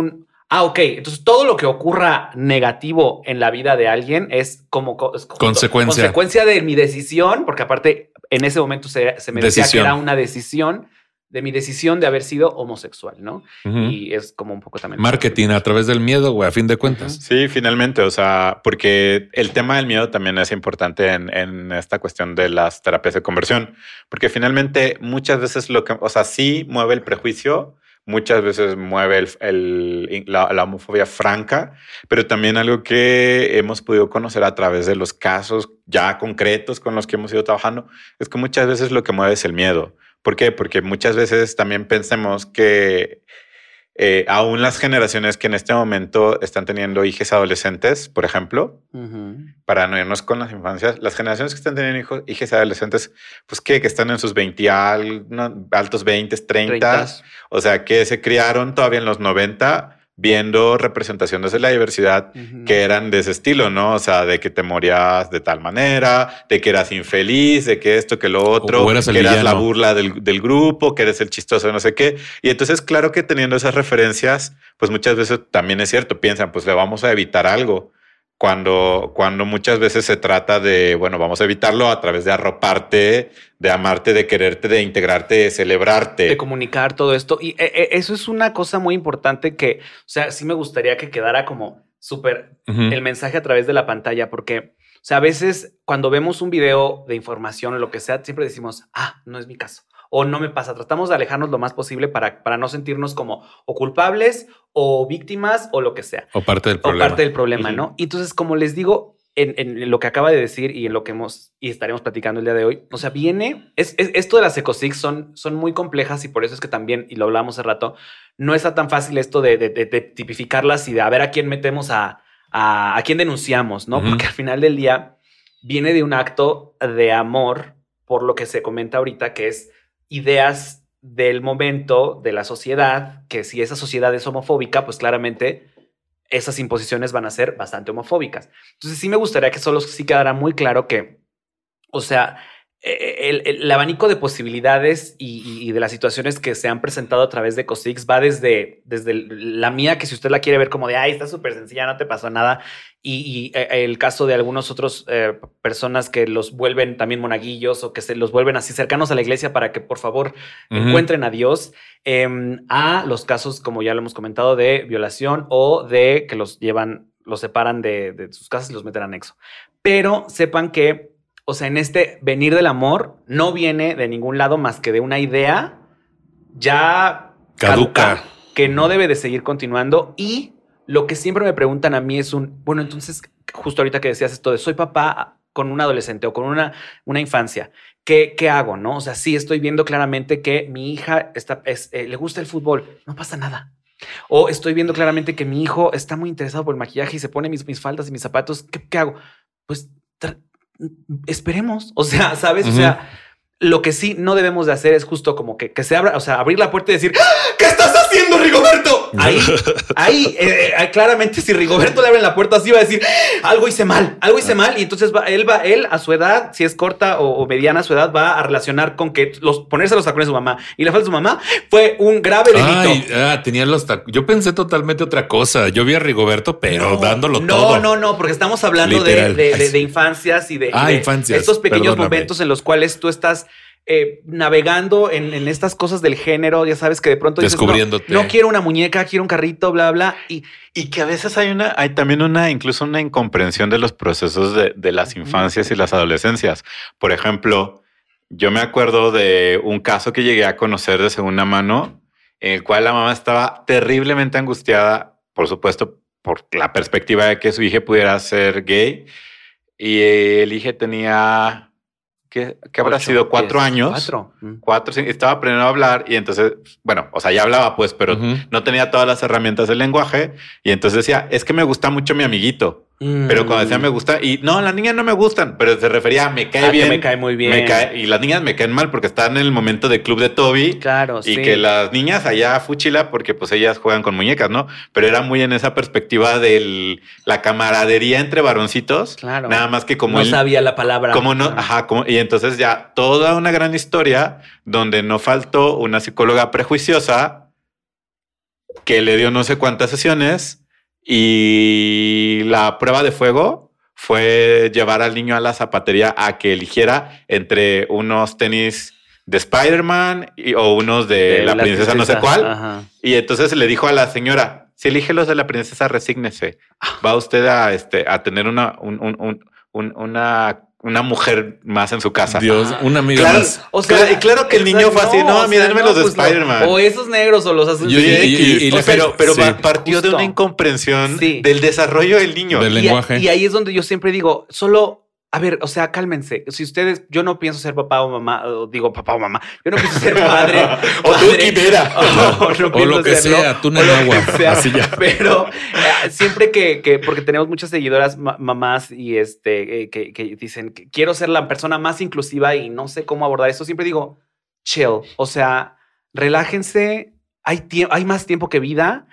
Speaker 4: Ah, ok. Entonces todo lo que ocurra negativo en la vida de alguien es como es
Speaker 3: consecuencia.
Speaker 4: consecuencia de mi decisión, porque aparte en ese momento se, se me decía decisión. que era una decisión de mi decisión de haber sido homosexual, ¿no? Uh-huh. Y es como un poco también...
Speaker 3: Marketing a través del miedo, güey, a fin de cuentas.
Speaker 5: Uh-huh. Sí, finalmente, o sea, porque el tema del miedo también es importante en, en esta cuestión de las terapias de conversión, porque finalmente muchas veces lo que, o sea, sí mueve el prejuicio, muchas veces mueve el, el, la, la homofobia franca, pero también algo que hemos podido conocer a través de los casos ya concretos con los que hemos ido trabajando, es que muchas veces lo que mueve es el miedo. ¿Por qué? Porque muchas veces también pensemos que eh, aún las generaciones que en este momento están teniendo hijos adolescentes, por ejemplo, uh-huh. para no irnos con las infancias, las generaciones que están teniendo hijos, hijos adolescentes, pues ¿qué? Que están en sus veinte, no, altos veinte, treinta, o sea, que se criaron todavía en los noventa viendo representaciones de la diversidad uh-huh. que eran de ese estilo, ¿no? O sea, de que te morías de tal manera, de que eras infeliz, de que esto, que lo otro, eras que eras la burla del, del grupo, que eres el chistoso, no sé qué. Y entonces, claro que teniendo esas referencias, pues muchas veces también es cierto, piensan, pues le vamos a evitar algo. Cuando, cuando muchas veces se trata de, bueno, vamos a evitarlo a través de arroparte, de amarte, de quererte, de integrarte, de celebrarte.
Speaker 4: De comunicar todo esto. Y eh, eso es una cosa muy importante que, o sea, sí me gustaría que quedara como súper uh-huh. el mensaje a través de la pantalla, porque, o sea, a veces cuando vemos un video de información o lo que sea, siempre decimos, ah, no es mi caso. O no me pasa. Tratamos de alejarnos lo más posible para, para no sentirnos como o culpables o víctimas o lo que sea.
Speaker 3: O parte del problema.
Speaker 4: O parte del problema, uh-huh. ¿no? Y entonces, como les digo, en, en lo que acaba de decir y en lo que hemos y estaremos platicando el día de hoy, o sea, viene... Es, es, esto de las ecosigs son, son muy complejas y por eso es que también, y lo hablamos hace rato, no está tan fácil esto de, de, de, de tipificarlas y de a ver a quién metemos a... a, a quién denunciamos, ¿no? Uh-huh. Porque al final del día viene de un acto de amor por lo que se comenta ahorita, que es ideas del momento, de la sociedad, que si esa sociedad es homofóbica, pues claramente esas imposiciones van a ser bastante homofóbicas. Entonces sí me gustaría que solo sí quedara muy claro que, o sea, el, el, el abanico de posibilidades y, y, y de las situaciones que se han presentado a través de ecosigs va desde, desde la mía, que si usted la quiere ver como de, ay, está súper sencilla, no te pasó nada, y, y el caso de algunos otros eh, personas que los vuelven también monaguillos o que se los vuelven así cercanos a la iglesia para que por favor uh-huh. encuentren a Dios, eh, a los casos, como ya lo hemos comentado, de violación o de que los llevan, los separan de, de sus casas y los meten a anexo. Pero sepan que, o sea, en este venir del amor no viene de ningún lado más que de una idea ya
Speaker 3: caduca,
Speaker 4: caduca que no debe de seguir continuando. Y lo que siempre me preguntan a mí es un, bueno, entonces, justo ahorita que decías esto de soy papá con un adolescente o con una, una infancia, ¿qué, ¿qué hago? ¿No? O sea, sí estoy viendo claramente que mi hija está, es, eh, le gusta el fútbol, no pasa nada. O estoy viendo claramente que mi hijo está muy interesado por el maquillaje y se pone mis, mis faldas y mis zapatos. ¿Qué, qué hago? Pues tra- esperemos, o sea, ¿sabes? Uh-huh. O sea, lo que sí no debemos de hacer es justo como que, que se abra, o sea, abrir la puerta y decir, ¿qué estás haciendo, Rigoberto? Ahí, ahí, eh, eh, claramente si Rigoberto le abre la puerta así va a decir, algo hice mal, algo hice mal, y entonces va, él va, él a su edad, si es corta o, o mediana su edad, va a relacionar con que los, ponerse los tacones de su mamá y la falda de su mamá fue un grave delito.
Speaker 3: Ay, ah, tenía los tac- yo pensé totalmente otra cosa, yo vi a Rigoberto, pero
Speaker 4: no,
Speaker 3: dándolo
Speaker 4: no,
Speaker 3: todo.
Speaker 4: No, no, no, porque estamos hablando de, de, de, de infancias y de,
Speaker 3: ah,
Speaker 4: y de
Speaker 3: infancias.
Speaker 4: estos pequeños
Speaker 3: Perdóname.
Speaker 4: momentos en los cuales tú estás Eh, navegando en, en estas cosas del género, ya sabes que de pronto dices,
Speaker 3: descubriéndote.
Speaker 4: No, no quiero una muñeca, quiero un carrito, bla, bla. Y,
Speaker 5: y que a veces hay una, hay también una, incluso una incomprensión de los procesos de, de las infancias y las adolescencias. Por ejemplo, yo me acuerdo de un caso que llegué a conocer de segunda mano, en el cual la mamá estaba terriblemente angustiada, por supuesto, por la perspectiva de que su hija pudiera ser gay. Y el hijo tenía... ¿Qué, qué habrá Ocho, sido? ¿Cuatro diez, años?
Speaker 4: Cuatro.
Speaker 5: Cuatro, sí, estaba aprendiendo a hablar y entonces, bueno, o sea, ya hablaba pues, pero uh-huh. no tenía todas las herramientas del lenguaje y entonces decía, es que me gusta mucho mi amiguito. Mm. Pero cuando decía me gusta, y no, las niñas no me gustan, pero se refería a me cae
Speaker 4: ah,
Speaker 5: bien.
Speaker 4: Que me cae muy bien.
Speaker 5: Me cae, y las niñas me caen mal porque están en el momento de club de Toby.
Speaker 4: Claro,
Speaker 5: y
Speaker 4: sí.
Speaker 5: que las niñas allá fúchila porque pues ellas juegan con muñecas, ¿no? Pero era muy en esa perspectiva de la camaradería entre varoncitos.
Speaker 4: Claro.
Speaker 5: Nada más que como
Speaker 4: no
Speaker 5: él,
Speaker 4: sabía la palabra.
Speaker 5: Como no,
Speaker 4: claro.
Speaker 5: ajá, como, y entonces ya toda una gran historia donde no faltó una psicóloga prejuiciosa que le dio no sé cuántas sesiones y la prueba de fuego fue llevar al niño a la zapatería a que eligiera entre unos tenis de Spider-Man y, o unos de, de la, la princesa, princesa no sé cuál. Ajá. Y entonces le dijo a la señora, si elige los de la princesa, resígnese. Va usted a, este, a tener una, un, un, un, un, una, una mujer más en su casa.
Speaker 3: Dios, ah, una amiga
Speaker 5: claro,
Speaker 3: más.
Speaker 5: O sea, claro, y claro que el niño fue así, no, no mira, denme no, los de pues Spider-Man.
Speaker 4: No, o esos negros o los azules.
Speaker 3: Y, y, y, y,
Speaker 5: o sea, pero pero
Speaker 3: sí,
Speaker 5: partió justo de una incomprensión sí. del desarrollo del niño.
Speaker 3: Del
Speaker 4: y,
Speaker 3: lenguaje.
Speaker 4: Y ahí es donde yo siempre digo, solo... A ver, o sea, cálmense. Si ustedes, yo no pienso ser papá o mamá, o digo papá o mamá, yo no pienso ser padre.
Speaker 5: o tú quimera.
Speaker 4: O, o, no
Speaker 3: o lo que serlo, sea, tú no en agua.
Speaker 4: Sea, así ya. Pero eh, siempre que, que, porque tenemos muchas seguidoras ma mamás y este, eh, que, que dicen que quiero ser la persona más inclusiva y no sé cómo abordar esto, siempre digo, chill. O sea, relájense. Hay, hay más tiempo que vida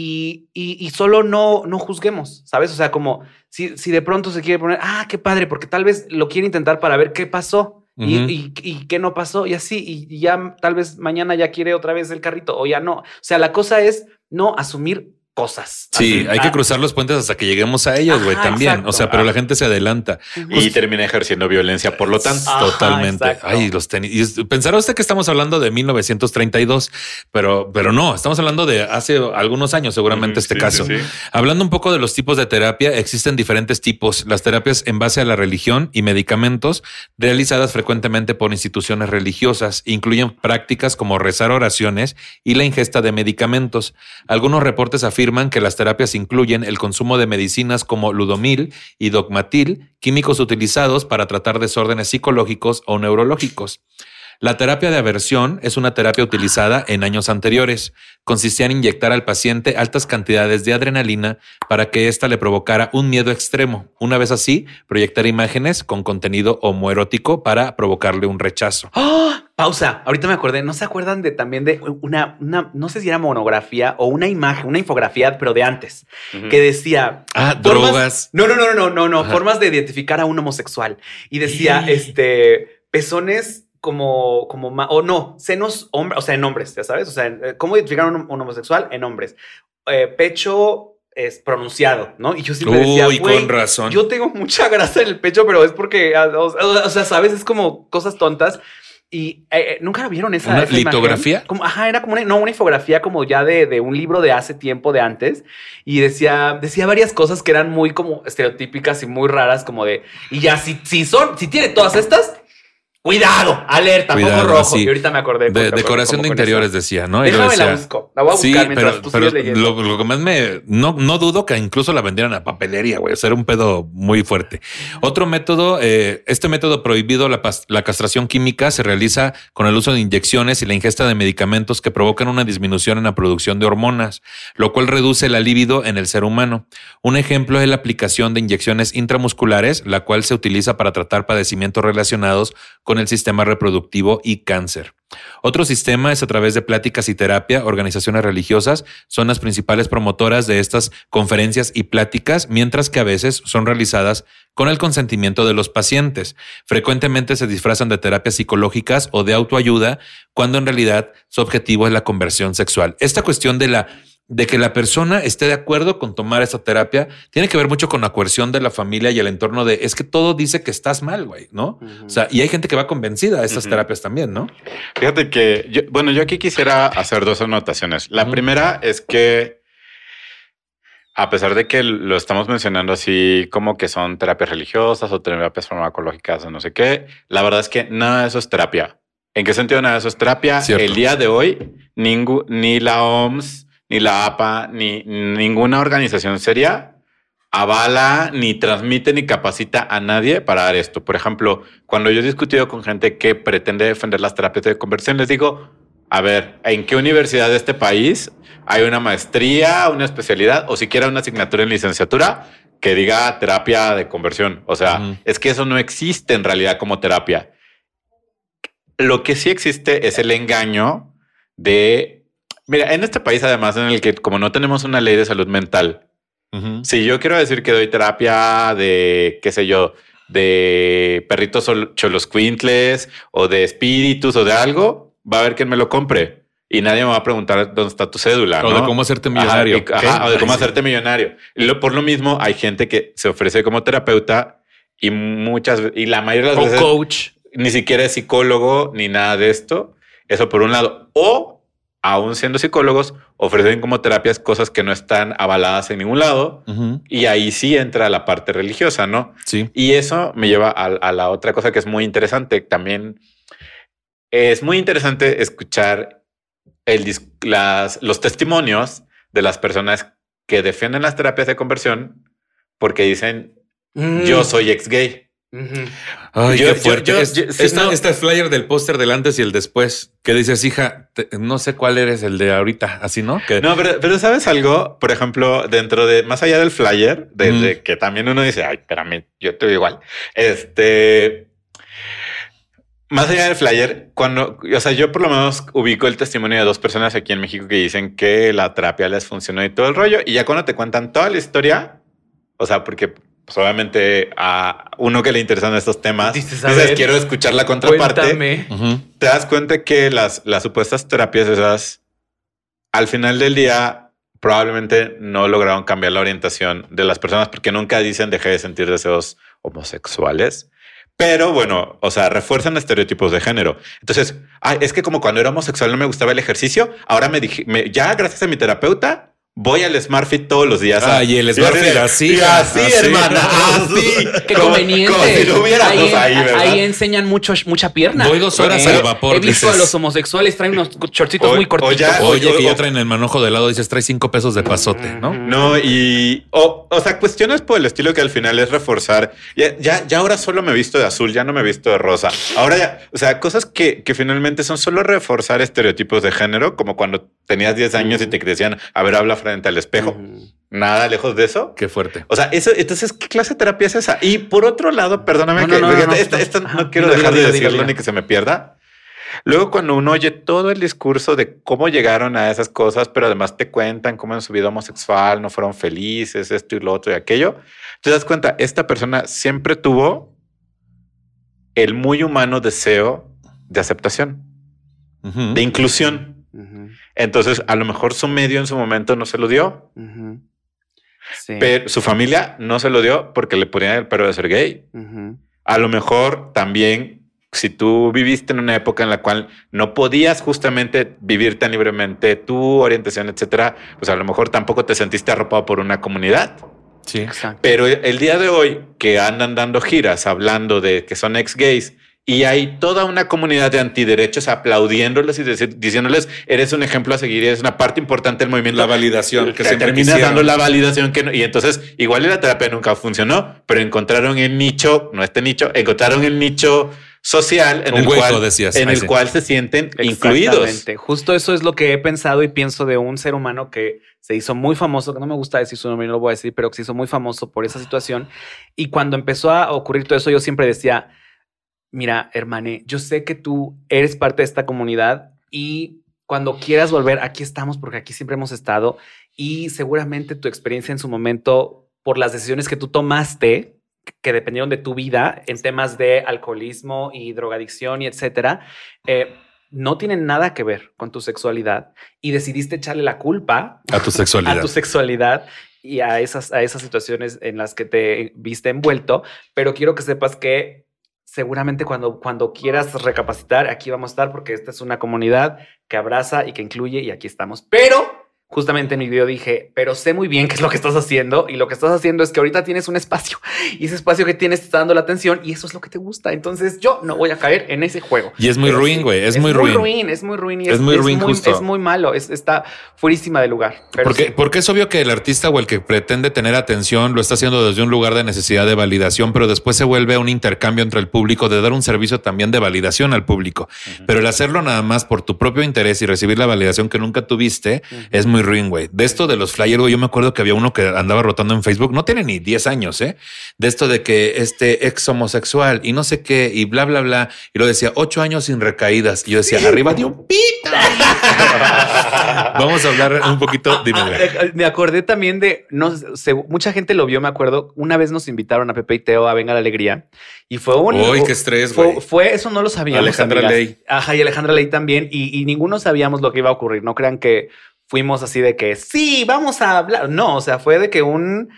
Speaker 4: y, y, y solo no, no juzguemos, ¿sabes? O sea, como si, si de pronto se quiere poner, ah, qué padre, porque tal vez lo quiere intentar para ver qué pasó uh-huh. y, y, y qué no pasó y así, y, y ya tal vez mañana ya quiere otra vez el carrito o ya no. O sea, la cosa es no asumir cosas.
Speaker 3: Sí,
Speaker 4: así,
Speaker 3: hay
Speaker 4: ah,
Speaker 3: que cruzar los puentes hasta que lleguemos a ellos, güey, también. Exacto. O sea, pero la gente se adelanta.
Speaker 5: Y pues, termina ejerciendo violencia, por lo tanto.
Speaker 3: Ajá, totalmente. Exacto. Ay, los tenis. Y pensará usted que estamos hablando de mil novecientos treinta y dos, pero, pero no, estamos hablando de hace algunos años, seguramente, mm, este sí, caso. Sí, sí. Hablando un poco de los tipos de terapia, existen diferentes tipos. Las terapias en base a la religión y medicamentos, realizadas frecuentemente por instituciones religiosas, incluyen prácticas como rezar oraciones y la ingesta de medicamentos. Algunos reportes afirman que las terapias incluyen el consumo de medicinas como ludomil y dogmatil, químicos utilizados para tratar desórdenes psicológicos o neurológicos. La terapia de aversión es una terapia utilizada en años anteriores. Consistía en inyectar al paciente altas cantidades de adrenalina para que ésta le provocara un miedo extremo. Una vez así, proyectar imágenes con contenido homoerótico para provocarle un rechazo.
Speaker 4: ¡Oh! Pausa. Ahorita me acordé. ¿No se acuerdan de también de una, una, no sé si era monografía o una imagen, una infografía, pero de antes, uh-huh. que decía...
Speaker 3: Ah,
Speaker 4: formas,
Speaker 3: drogas.
Speaker 4: No, no, no, no, no, no. Formas de identificar a un homosexual. Y decía, este, pezones... como, como, o no, senos, hombre, o sea, en hombres, ya sabes, o sea, ¿cómo identificar a un, un homosexual? En hombres. Eh, pecho es pronunciado, ¿no? Y yo siempre decía,
Speaker 3: uy, con razón.
Speaker 4: Yo tengo mucha grasa en el pecho, pero es porque, o, o sea, sabes, es como cosas tontas. Y eh, nunca vieron esa,
Speaker 3: ¿Una
Speaker 4: esa
Speaker 3: litografía?
Speaker 4: Como, ajá, era como una, no, una infografía como ya de, de un libro de hace tiempo, de antes. Y decía, decía varias cosas que eran muy como estereotípicas y muy raras, como de, y ya si, si son, si tiene todas estas, cuidado, alerta,
Speaker 3: Cuidado,
Speaker 4: foco rojo.
Speaker 3: sí.
Speaker 4: Y ahorita me acordé.
Speaker 3: De, decoración de interiores decía, ¿no?
Speaker 4: Déjame
Speaker 3: decía,
Speaker 4: la busco. La voy a buscar
Speaker 3: sí,
Speaker 4: mientras
Speaker 3: pero,
Speaker 4: tú
Speaker 3: pero
Speaker 4: sigues leyendo.
Speaker 3: Lo, lo que más me... No, no dudo que incluso la vendieran a papelería, güey. O sea, era un pedo muy fuerte. Otro método, eh, este método prohibido, la, la castración química, se realiza con el uso de inyecciones y la ingesta de medicamentos que provocan una disminución en la producción de hormonas, lo cual reduce la libido en el ser humano. Un ejemplo es la aplicación de inyecciones intramusculares, la cual se utiliza para tratar padecimientos relacionados con el sistema reproductivo y cáncer. Otro sistema es a través de pláticas y terapia. Organizaciones religiosas son las principales promotoras de estas conferencias y pláticas, mientras que a veces son realizadas con el consentimiento de los pacientes. Frecuentemente se disfrazan de terapias psicológicas o de autoayuda, cuando en realidad su objetivo es la conversión sexual. Esta cuestión de la de que la persona esté de acuerdo con tomar esa terapia tiene que ver mucho con la coerción de la familia y el entorno de es que todo dice que estás mal, güey, ¿no? Uh-huh. O sea, y hay gente que va convencida a esas uh-huh. terapias también, ¿no?
Speaker 5: Fíjate que, yo, bueno, yo aquí quisiera hacer dos anotaciones. La uh-huh. primera es que a pesar de que lo estamos mencionando así como que son terapias religiosas o terapias farmacológicas o no sé qué, la verdad es que nada de eso es terapia. ¿En qué sentido nada de eso es terapia? Cierto. El día de hoy, ningú, ni la O M S, ni la A P A, ni ninguna organización seria avala, ni transmite, ni capacita a nadie para dar esto. Por ejemplo, cuando yo he discutido con gente que pretende defender las terapias de conversión, les digo, a ver, ¿en qué universidad de este país hay una maestría, una especialidad o siquiera una asignatura en licenciatura que diga terapia de conversión? O sea, uh-huh. es que eso no existe en realidad como terapia. Lo que sí existe es el engaño de... Mira, en este país, además, en el que como no tenemos una ley de salud mental, uh-huh. si yo quiero decir que doy terapia de, qué sé yo, de perritos choloscuintles o de espíritus o de algo, va a haber quien me lo compre. y nadie me va a preguntar dónde está tu cédula.
Speaker 3: O
Speaker 5: ¿no?
Speaker 3: de cómo hacerte millonario.
Speaker 5: Ajá, y, ajá, o de cómo hacerte millonario. Y lo, por lo mismo, hay gente que se ofrece como terapeuta y muchas y la mayoría de las
Speaker 3: o
Speaker 5: veces
Speaker 3: coach.
Speaker 5: Ni siquiera es psicólogo ni nada de esto. Eso por un lado. O, aún siendo psicólogos, ofrecen como terapias cosas que no están avaladas en ningún lado. Uh-huh. Y ahí sí entra la parte religiosa, ¿no?
Speaker 3: Sí.
Speaker 5: Y eso me lleva a, a la otra cosa que es muy interesante. También es muy interesante escuchar el, las, los testimonios de las personas que defienden las terapias de conversión porque dicen, mm. yo soy ex gay.
Speaker 3: Uh-huh. Ay, yo, qué fuerte. Yo, yo, es, yo, sí, esta, no. Este flyer del póster del antes y el después que dices, hija, te, no sé cuál eres el de ahorita, así, ¿no? Que...
Speaker 5: No, pero, pero ¿sabes algo? Por ejemplo, dentro de, más allá del flyer, desde mm. que también uno dice, ay, espérame, yo estoy igual. Este, más allá del flyer, cuando, o sea, yo por lo menos ubico el testimonio de dos personas aquí en México que dicen que la terapia les funcionó y todo el rollo. Y ya cuando te cuentan toda la historia, o sea, porque pues obviamente a uno que le interesan estos temas, dices, dices quiero escuchar la contraparte. Uh-huh. Te das cuenta que las, las supuestas terapias esas, al final del día, probablemente no lograron cambiar la orientación de las personas porque nunca dicen dejé de sentir deseos homosexuales. Pero bueno, o sea, refuerzan estereotipos de género. Entonces, ay, es que como cuando era homosexual no me gustaba el ejercicio, ahora me dije, me, ya gracias a mi terapeuta, voy al SmartFit todos los días.
Speaker 3: Ah, y el SmartFit así.
Speaker 5: Y así, así, hermana. Así.
Speaker 6: Qué como, conveniente.
Speaker 5: Como si no hubiera ahí, ahí,
Speaker 6: ahí enseñan mucho, mucha pierna.
Speaker 3: Voy dos horas eh, al vapor.
Speaker 6: He visto dices, a los homosexuales traen unos shortcitos o, muy cortitos.
Speaker 3: O ya, Oye, o, que o, ya traen el manojo de lado, dices, trae cinco pesos de pasote, ¿no?
Speaker 5: No, y... O, o sea, cuestiones por el estilo que al final es reforzar. Ya, ya, ya ahora solo me he visto de azul, ya no me he visto de rosa. Ahora ya... O sea, cosas que, que finalmente son solo reforzar estereotipos de género, como cuando tenías diez años y te decían, a ver, habla frente al espejo. Uh-huh. Nada lejos de eso.
Speaker 3: Qué fuerte.
Speaker 5: O sea, eso, entonces, ¿qué clase de terapia es esa? Y por otro lado, perdóname no, que no, no, no, esta, esta no, no quiero diga, dejar diga, de decirlo diga, ni que se me pierda. Luego, cuando uno oye todo el discurso de cómo llegaron a esas cosas, pero además te cuentan cómo en su vida homosexual no fueron felices, esto y lo otro y aquello, te das cuenta, esta persona siempre tuvo el muy humano deseo de aceptación, uh-huh. de inclusión. Uh-huh. Entonces, a lo mejor su medio en su momento no se lo dio. Uh-huh. Sí. Pero su familia no se lo dio porque le ponían el pero de ser gay. Uh-huh. A lo mejor también, si tú viviste en una época en la cual no podías justamente vivir tan libremente tu orientación, etcétera, pues a lo mejor tampoco te sentiste arropado por una comunidad.
Speaker 3: Sí, exacto.
Speaker 5: Pero el día de hoy que andan dando giras hablando de que son ex gays y hay toda una comunidad de antiderechos aplaudiéndoles y decir, diciéndoles, eres un ejemplo a seguir, eres una parte importante del movimiento.
Speaker 3: La validación.
Speaker 5: Que, que se termina dando la validación. que no, Y entonces, igual la terapia nunca funcionó, pero encontraron el nicho, no este nicho, encontraron el nicho social en, el, hueco, cual, decías, en el sí. cual se sienten incluidos.
Speaker 4: Justo eso es lo que he pensado y pienso de un ser humano que se hizo muy famoso, que no me gusta decir su nombre, no lo voy a decir, pero que se hizo muy famoso por esa situación. Y cuando empezó a ocurrir todo eso, yo siempre decía... Mira, hermane, yo sé que tú eres parte de esta comunidad y cuando quieras volver, aquí estamos porque aquí siempre hemos estado y seguramente tu experiencia en su momento por las decisiones que tú tomaste, que dependieron de tu vida en temas de alcoholismo y drogadicción y etcétera, eh, no tienen nada que ver con tu sexualidad y decidiste echarle la culpa
Speaker 3: a tu sexualidad,
Speaker 4: a tu sexualidad y a esas, a esas situaciones en las que te viste envuelto. Pero quiero que sepas que seguramente cuando, cuando quieras recapacitar, aquí vamos a estar porque esta es una comunidad que abraza y que incluye y aquí estamos. Pero justamente en mi video dije, pero sé muy bien qué es lo que estás haciendo y lo que estás haciendo es que ahorita tienes un espacio y ese espacio que tienes te está dando la atención y eso es lo que te gusta. Entonces yo no voy a caer en ese juego.
Speaker 3: Y es muy pero ruin, güey. Sí, es, es muy ruin. ruin.
Speaker 4: Es muy ruin. Y
Speaker 3: es, es muy ruin,
Speaker 4: es muy,
Speaker 3: justo.
Speaker 4: Es muy malo. Es, está fuerísima de lugar. Pero
Speaker 3: porque,
Speaker 4: sí.
Speaker 3: porque es obvio que el artista o el que pretende tener atención lo está haciendo desde un lugar de necesidad de validación, pero después se vuelve un intercambio entre el público de dar un servicio también de validación al público. Uh-huh. Pero el hacerlo nada más por tu propio interés y recibir la validación que nunca tuviste uh-huh. es muy ruin, güey. De esto de los flyers, güey, yo me acuerdo que había uno que andaba rotando en Facebook, no tiene ni diez años, ¿eh? De esto de que este ex homosexual y no sé qué, y bla, bla, bla. Y lo decía, ocho años sin recaídas. Y yo decía, arriba de un pito. Vamos a hablar un poquito. Dime,
Speaker 4: ah, me acordé también de, no sé, mucha gente lo vio, me acuerdo. Una vez nos invitaron a Pepe y Teo a Venga la Alegría. Y fue un...
Speaker 3: Uy, qué estrés, güey.
Speaker 4: Fue, fue, eso no lo sabíamos.
Speaker 3: Alejandra
Speaker 4: amigas.
Speaker 3: Ley.
Speaker 4: Ajá, y Alejandra Ley también. Y, y ninguno sabíamos lo que iba a ocurrir. No crean que fuimos así de que sí, vamos a hablar. No, o sea, fue de que un...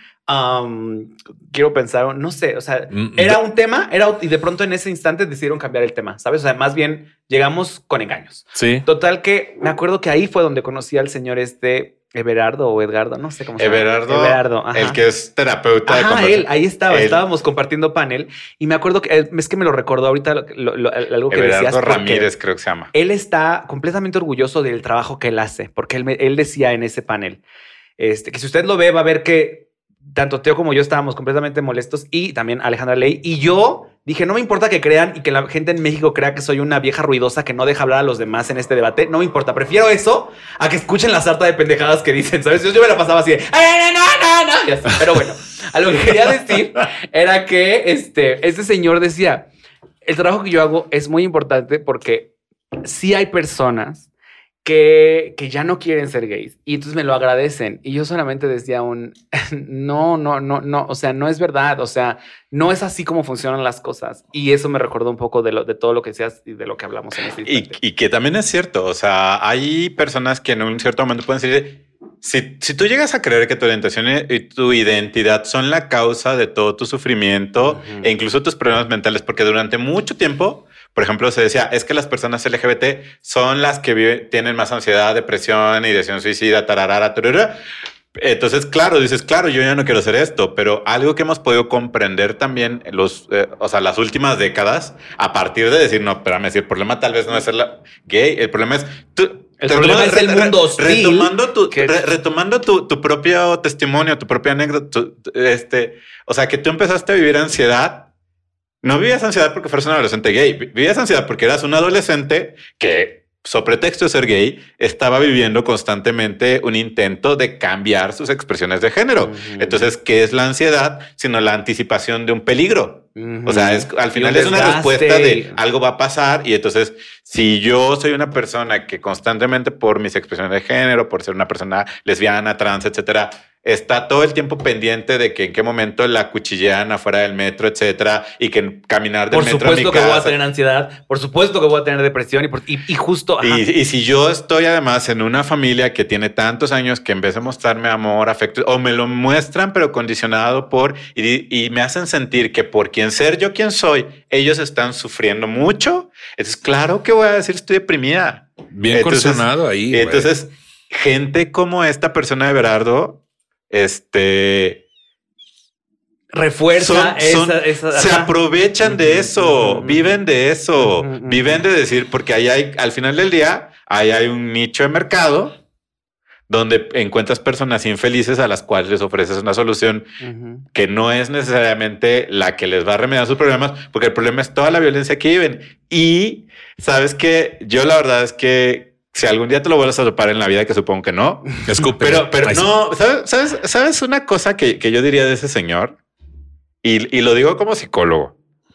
Speaker 4: Um, quiero pensar, no sé, o sea, mm, era un tema, era y de pronto en ese instante decidieron cambiar el tema, ¿sabes? O sea, más bien llegamos con engaños.
Speaker 3: Sí.
Speaker 4: Total que me acuerdo que ahí fue donde conocí al señor este Everardo o Edgardo, no sé cómo se llama.
Speaker 5: Everardo,
Speaker 4: Everardo, ajá.
Speaker 5: El que es terapeuta.
Speaker 4: Ajá,
Speaker 5: de
Speaker 4: él, ahí estaba,
Speaker 5: él.
Speaker 4: estábamos compartiendo panel y me acuerdo que es que me lo recordó ahorita lo, lo, lo, algo que
Speaker 5: Everardo
Speaker 4: decías.
Speaker 5: Ramírez creo que se llama.
Speaker 4: Él está completamente orgulloso del trabajo que él hace, porque él, él decía en ese panel este, que si usted lo ve va a ver que tanto Teo como yo estábamos completamente molestos y también Alejandra Ley. Y yo dije, no me importa que crean y que la gente en México crea que soy una vieja ruidosa que no deja hablar a los demás en este debate. No me importa. Prefiero eso a que escuchen la sarta de pendejadas que dicen, ¿sabes? Yo, yo me la pasaba así de, ¡ay, no, no, no! Y así. Pero bueno, a lo que quería decir era que este, este señor decía, el trabajo que yo hago es muy importante porque sí hay personas Que, que ya no quieren ser gays y entonces me lo agradecen y yo solamente decía un no, no, no, no, o sea, no es verdad, o sea, no es así como funcionan las cosas y eso me recordó un poco de, lo, de todo lo que decías y de lo que hablamos en este instante.
Speaker 5: Y, y que también es cierto, o sea, hay personas que en un cierto momento pueden decir, si, si tú llegas a creer que tu orientación y tu identidad son la causa de todo tu sufrimiento uh-huh. e incluso tus problemas mentales, porque durante mucho tiempo, por ejemplo, se decía, es que las personas L G B T son las que viven, tienen más ansiedad, depresión, ideación suicida, tararara, tarara. Entonces, claro, dices, claro, yo ya no quiero hacer esto, pero algo que hemos podido comprender también los, eh, o sea, las últimas décadas, a partir de decir, no, espérame, si el problema tal vez no es ser la gay, el problema es... Tú,
Speaker 4: el problema es el mundo hostil.
Speaker 5: Retomando tu, que... re, retomando tu, tu propio testimonio, tu propia anécdota, tu, este, o sea, que tú empezaste a vivir ansiedad. No vivías ansiedad porque fueras un adolescente gay. Vivías ansiedad porque eras un adolescente que, sobre pretexto de ser gay, estaba viviendo constantemente un intento de cambiar sus expresiones de género. Uh-huh. Entonces, ¿qué es la ansiedad? Sino la anticipación de un peligro. Uh-huh. O sea, es, al final es una respuesta de algo va a pasar. Y entonces, si yo soy una persona que constantemente por mis expresiones de género, por ser una persona lesbiana, trans, etcétera, está todo el tiempo pendiente de que en qué momento la cuchillean afuera del metro, etcétera, y que caminar del
Speaker 4: por
Speaker 5: metro a mi casa.
Speaker 4: Por supuesto que voy a tener ansiedad, por supuesto que voy a tener depresión y, por, y, y justo...
Speaker 5: Y, y si yo estoy además en una familia que tiene tantos años que en vez de mostrarme amor, afecto, o me lo muestran pero condicionado por... Y, y me hacen sentir que por quien ser yo quien soy, ellos están sufriendo mucho. Entonces, claro que voy a decir estoy deprimida.
Speaker 3: Bien coercionado ahí.
Speaker 5: Entonces, wey. Gente como esta persona de Everardo... Este
Speaker 4: refuerza
Speaker 5: son, son,
Speaker 4: esa, esa,
Speaker 5: se aprovechan de eso, viven de eso, viven de decir, porque ahí hay, al final del día, ahí hay un nicho de mercado donde encuentras personas infelices a las cuales les ofreces una solución uh-huh. que no es necesariamente la que les va a remediar sus problemas, porque el problema es toda la violencia que viven. Y sabes que yo la verdad es que si algún día te lo vuelves a topar en la vida, que supongo que no.
Speaker 3: Escupe.
Speaker 5: Pero, pero no, ¿sabes, sabes, ¿sabes una cosa que, que yo diría de ese señor? Y, y lo digo como psicólogo.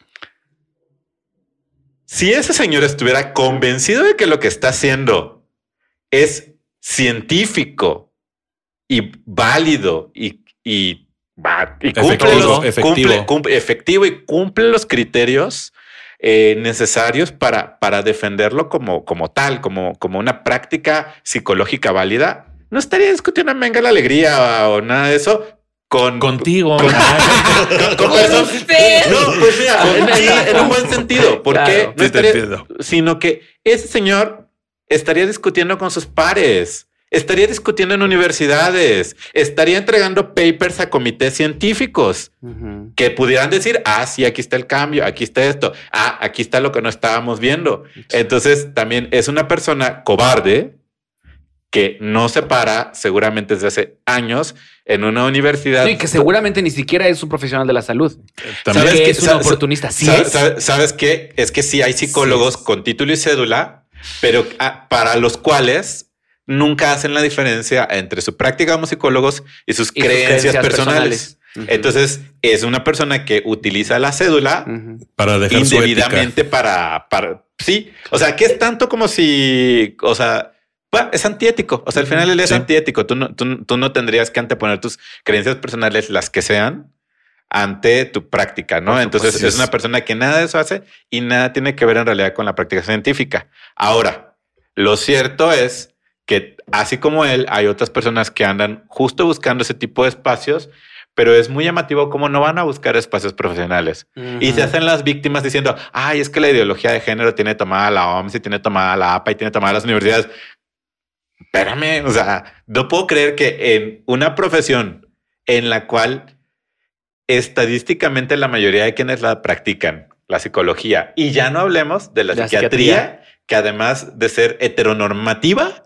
Speaker 5: Si ese señor estuviera convencido de que lo que está haciendo es científico y válido y, y, y cumple
Speaker 3: efectivo,
Speaker 5: los,
Speaker 3: efectivo.
Speaker 5: Cumple, cumple, efectivo y cumple los criterios Eh, necesarios para, para defenderlo como, como tal, como, como una práctica psicológica válida, no estaría discutiendo en Venga la Alegría o, o nada de eso con
Speaker 3: contigo.
Speaker 5: Con, con, con, con eso. No, pues mira, en, en un buen sentido, porque claro, no estaría, sino que ese señor estaría discutiendo con sus pares. Estaría discutiendo en universidades, estaría entregando papers a comités científicos uh-huh. que pudieran decir, ah, sí, aquí está el cambio, aquí está esto, ah, aquí está lo que no estábamos viendo. Entonces también es una persona cobarde que no se para seguramente desde hace años en una universidad.
Speaker 4: Sí, que seguramente ni siquiera es un profesional de la salud.
Speaker 5: También
Speaker 4: ¿Sabes que es un
Speaker 5: ¿sabes,
Speaker 4: oportunista? Sí
Speaker 5: ¿sabes,
Speaker 4: es.
Speaker 5: ¿sabes, ¿Sabes qué? Es que sí hay psicólogos sí con título y cédula, pero ah, para los cuales nunca hacen la diferencia entre su práctica como psicólogos y sus, y creencias, sus creencias personales. personales. Uh-huh. Entonces es una persona que utiliza la cédula uh-huh.
Speaker 3: para dejar
Speaker 5: indebidamente para, para sí. O sea, que es tanto como si, o sea, bueno, es antiético. O sea, al final él es sí. antiético. Tú no, tú, tú no tendrías que anteponer tus creencias personales, las que sean, ante tu práctica, ¿no? Entonces es una persona que nada de eso hace y nada tiene que ver en realidad con la práctica científica. Ahora, lo cierto es que así como él, hay otras personas que andan justo buscando ese tipo de espacios, pero es muy llamativo cómo no van a buscar espacios profesionales. Uh-huh. Y se hacen las víctimas diciendo, ay, es que la ideología de género tiene tomada la O M S y tiene tomada la A P A y tiene tomada las universidades. Espérame, o sea, no puedo creer que en una profesión en la cual estadísticamente la mayoría de quienes la practican, la psicología, y ya no hablemos de la, la psiquiatría, psiquiatría, que además de ser heteronormativa,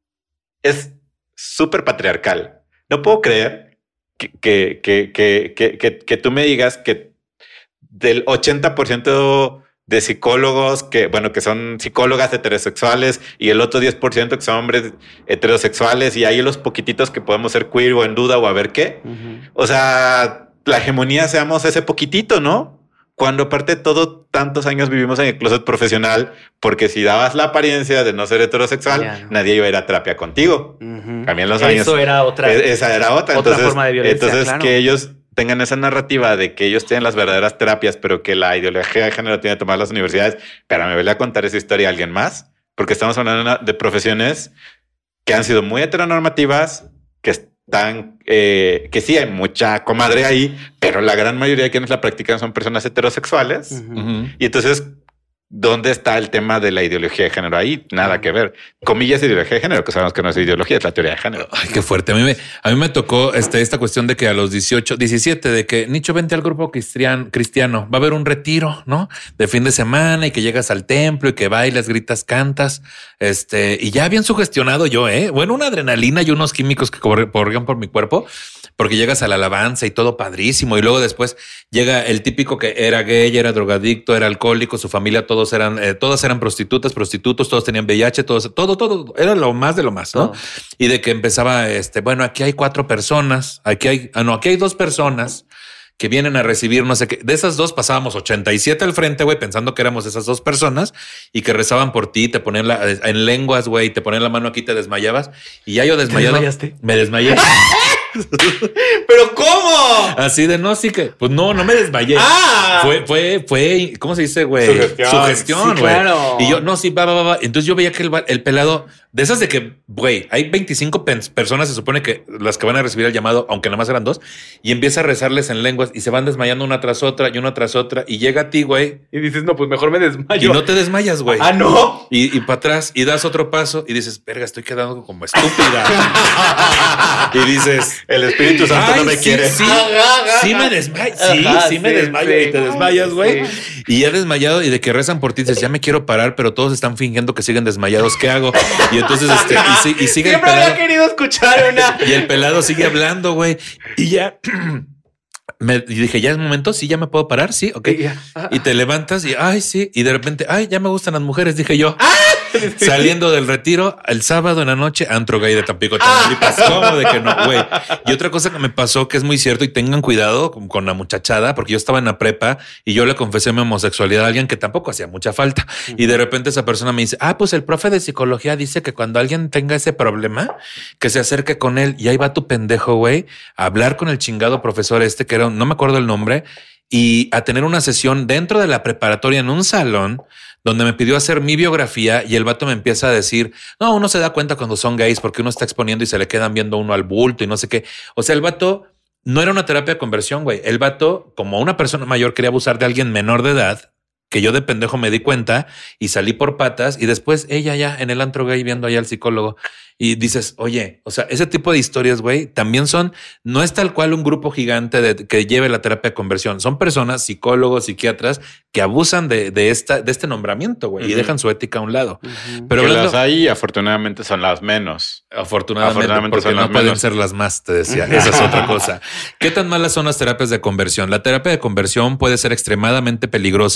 Speaker 5: es súper patriarcal. No puedo creer que, que, que, que, que, que, que tú me digas que del ochenta por ciento de psicólogos que, bueno, que son psicólogas heterosexuales y el otro diez por ciento que son hombres heterosexuales y hay los poquititos que podemos ser queer o en duda o a ver qué. Uh-huh. O sea, la hegemonía seamos ese poquitito, ¿no? Cuando aparte de todo, tantos años vivimos en el closet profesional, porque si dabas la apariencia de no ser heterosexual, yeah, no. nadie iba a ir a terapia contigo. Uh-huh. También los años.
Speaker 6: Eso era otra.
Speaker 5: Esa era otra.
Speaker 6: Otra
Speaker 5: entonces,
Speaker 6: forma de violencia.
Speaker 5: Entonces,
Speaker 6: claro.
Speaker 5: que ellos tengan esa narrativa de que ellos tienen las verdaderas terapias, pero que la ideología de género tiene que tomar las universidades. Pero me voy a contar esa historia a alguien más, porque estamos hablando de profesiones que han sido muy heteronormativas, que están, eh, que sí hay mucha comadre ahí, pero la gran mayoría de quienes la practican son personas heterosexuales. Uh-huh. Y entonces, ¿dónde está el tema de la ideología de género ahí? Nada que ver. Comillas, ideología de género, que sabemos que no es ideología, es la teoría de género.
Speaker 3: Ay, qué fuerte. A mí me, a mí me tocó este, esta cuestión de que a los dieciocho, diecisiete, de que Nicho, vente al grupo cristiano, cristiano, va a haber un retiro, ¿no? De fin de semana y que llegas al templo y que bailas, gritas, cantas. Este, y ya bien sugestionado yo, ¿eh? Bueno, una adrenalina y unos químicos que corrían por mi cuerpo, porque llegas a la alabanza y todo padrísimo. Y luego después llega el típico que era gay, era drogadicto, era alcohólico, su familia, todos eran, eh, todas eran prostitutas, prostitutos, todos tenían V I H, todos, todo, todo, era lo más de lo más, ¿no? Oh. Y de que empezaba, este, bueno, aquí hay cuatro personas, aquí hay, ah, no, aquí hay dos personas que vienen a recibir no sé qué. De esas dos pasábamos ochenta y siete al frente, güey, pensando que éramos esas dos personas y que rezaban por ti, te ponían la, en lenguas, güey, te ponían la mano aquí, te desmayabas y ya yo desmayado.
Speaker 6: ¿Te desmayaste?
Speaker 3: Me desmayé.
Speaker 5: ¿Pero cómo?
Speaker 3: Así de no, sí que, pues no, no me desmayé.
Speaker 5: Ah.
Speaker 3: Fue, fue, fue, ¿cómo se dice, güey?
Speaker 5: Sugestión.
Speaker 3: Sugestión, güey.
Speaker 6: Sí, claro.
Speaker 3: Y yo, no, sí, va, va, va. Entonces yo veía que el, el pelado, de esas de que, güey, hay veinticinco personas, se supone que las que van a recibir el llamado, aunque nada más eran dos, y empieza a rezarles en lenguas y se van desmayando una tras otra y una tras otra y llega a ti, güey.
Speaker 6: Y dices, no, pues mejor me desmayo.
Speaker 3: Y no te desmayas, güey.
Speaker 5: Ah, no.
Speaker 3: Y, y para atrás y das otro paso y dices, verga, estoy quedando como estúpida. Y dices,
Speaker 5: el Espíritu Santo
Speaker 3: ay,
Speaker 5: no me
Speaker 3: sí,
Speaker 5: quiere.
Speaker 3: Sí, sí me desmayo. Sí,
Speaker 6: Ajá,
Speaker 3: sí me
Speaker 6: sí,
Speaker 3: desmayo
Speaker 6: sí.
Speaker 3: y te desmayas, güey.
Speaker 6: Sí.
Speaker 3: Y ya desmayado y de que rezan por ti, dices, ya me quiero parar, pero todos están fingiendo que siguen desmayados. ¿Qué hago? Y entonces, este, y, y sigue
Speaker 6: Siempre
Speaker 3: el pelado.
Speaker 6: había querido escuchar una.
Speaker 3: Y el pelado sigue hablando, güey. Y ya me y dije, ya es momento. Sí, ya me puedo parar. Sí, ok.
Speaker 6: Y,
Speaker 3: y te levantas y ay, sí. Y de repente, ay, ya me gustan las mujeres, dije yo.
Speaker 6: ¡Ah!
Speaker 3: Saliendo del retiro el sábado en la noche, antro gay de Tampico, Tamaulipas. ¿Cómo de que no, güey? Y otra cosa que me pasó que es muy cierto y tengan cuidado con, con la muchachada, porque yo estaba en la prepa y yo le confesé mi homosexualidad a alguien que tampoco hacía mucha falta. Y de repente esa persona me dice, ah, pues el profe de psicología dice que cuando alguien tenga ese problema, que se acerque con él. Y ahí va tu pendejo, güey, a hablar con el chingado profesor este, que era, no me acuerdo el nombre, y a tener una sesión dentro de la preparatoria en un salón donde me pidió hacer mi biografía y el vato me empieza a decir, no, uno se da cuenta cuando son gays porque uno está exponiendo y se le quedan viendo uno al bulto y no sé qué. O sea, el vato no era una terapia de conversión, güey. El vato, como una persona mayor, quería abusar de alguien menor de edad, que yo de pendejo me di cuenta y salí por patas y después ella ya en el antro gay viendo allá al psicólogo y dices, oye, o sea, ese tipo de historias, güey, también son, no es tal cual un grupo gigante de, que lleve la terapia de conversión. Son personas, psicólogos, psiquiatras que abusan de, de, esta, de este nombramiento, güey, uh-huh. y dejan su ética a un lado.
Speaker 5: Uh-huh. Pero que hablando, las hay, afortunadamente son las menos.
Speaker 3: Afortunadamente, afortunadamente porque no pueden menos. ser las más, te decía. Esa es otra cosa. ¿Qué tan malas son las terapias de conversión? La terapia de conversión puede ser extremadamente peligrosa y en algunos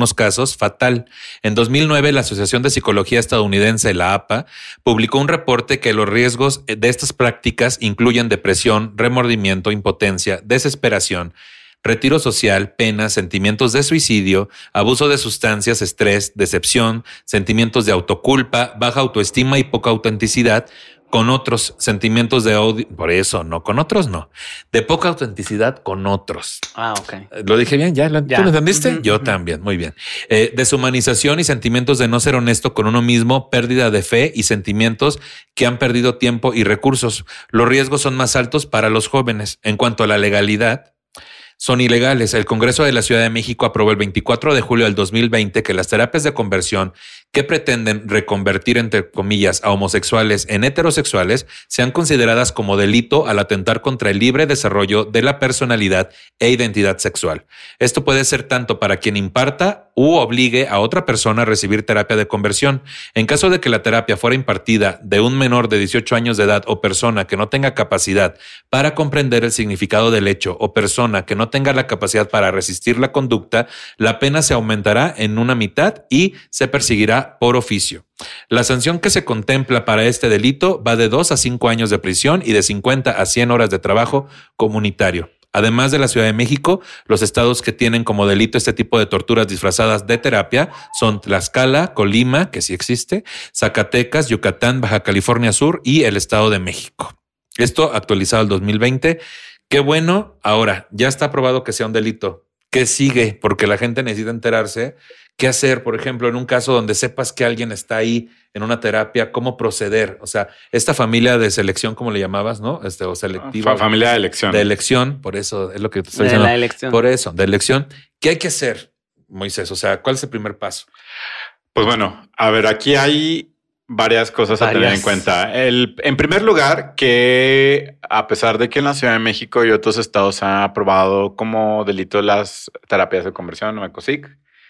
Speaker 3: algunos casos fatal. En dos mil nueve, la Asociación de Psicología Estadounidense, la A P A, publicó un reporte que los riesgos de estas prácticas incluyen depresión, remordimiento, impotencia, desesperación, retiro social, pena, sentimientos de suicidio, abuso de sustancias, estrés, decepción, sentimientos de autoculpa, baja autoestima y poca autenticidad, con otros sentimientos de odio. Por eso, no, con otros no. De poca autenticidad con otros.
Speaker 4: Ah, ok.
Speaker 3: ¿Lo dije bien? ¿Ya? ¿Tú
Speaker 4: Ya.
Speaker 3: lo entendiste?
Speaker 4: Uh-huh,
Speaker 3: Yo
Speaker 4: uh-huh.
Speaker 3: también. Muy bien. Eh, deshumanización y sentimientos de no ser honesto con uno mismo, pérdida de fe y sentimientos que han perdido tiempo y recursos. Los riesgos son más altos para los jóvenes. En cuanto a la legalidad, son ilegales. El Congreso de la Ciudad de México aprobó el veinticuatro de julio del dos mil veinte que las terapias de conversión que pretenden reconvertir, entre comillas, a homosexuales en heterosexuales sean consideradas como delito al atentar contra el libre desarrollo de la personalidad e identidad sexual. Esto puede ser tanto para quien imparta u obligue a otra persona a recibir terapia de conversión. En caso de que la terapia fuera impartida de un menor de dieciocho años de edad o persona que no tenga capacidad para comprender el significado del hecho o persona que no tenga la capacidad para resistir la conducta, la pena se aumentará en una mitad y se perseguirá por oficio. La sanción que se contempla para este delito va de dos a cinco años de prisión y de cincuenta a cien horas de trabajo comunitario. Además de la Ciudad de México, los estados que tienen como delito este tipo de torturas disfrazadas de terapia son Tlaxcala, Colima, que sí existe, Zacatecas, Yucatán, Baja California Sur y el Estado de México. Esto actualizado al dos mil veinte. Qué bueno. Ahora, ya está aprobado que sea un delito. ¿Qué sigue? Porque la gente necesita enterarse. ¿Qué hacer? Por ejemplo, en un caso donde sepas que alguien está ahí en una terapia, ¿cómo proceder? O sea, esta familia de selección, como le llamabas, ¿no? Este, o selectiva.
Speaker 5: Familia de elección.
Speaker 3: De elección, por eso es lo que te estoy
Speaker 4: De
Speaker 3: diciendo.
Speaker 4: la elección.
Speaker 3: Por eso, de elección. ¿Qué hay que hacer, Moisés? O sea, ¿cuál es el primer paso?
Speaker 5: Pues bueno, a ver, aquí hay varias cosas a
Speaker 4: Varias.
Speaker 5: tener en cuenta. El, en primer lugar, que a pesar de que en la Ciudad de México y otros estados se han aprobado como delito las terapias de conversión o ECOSIC,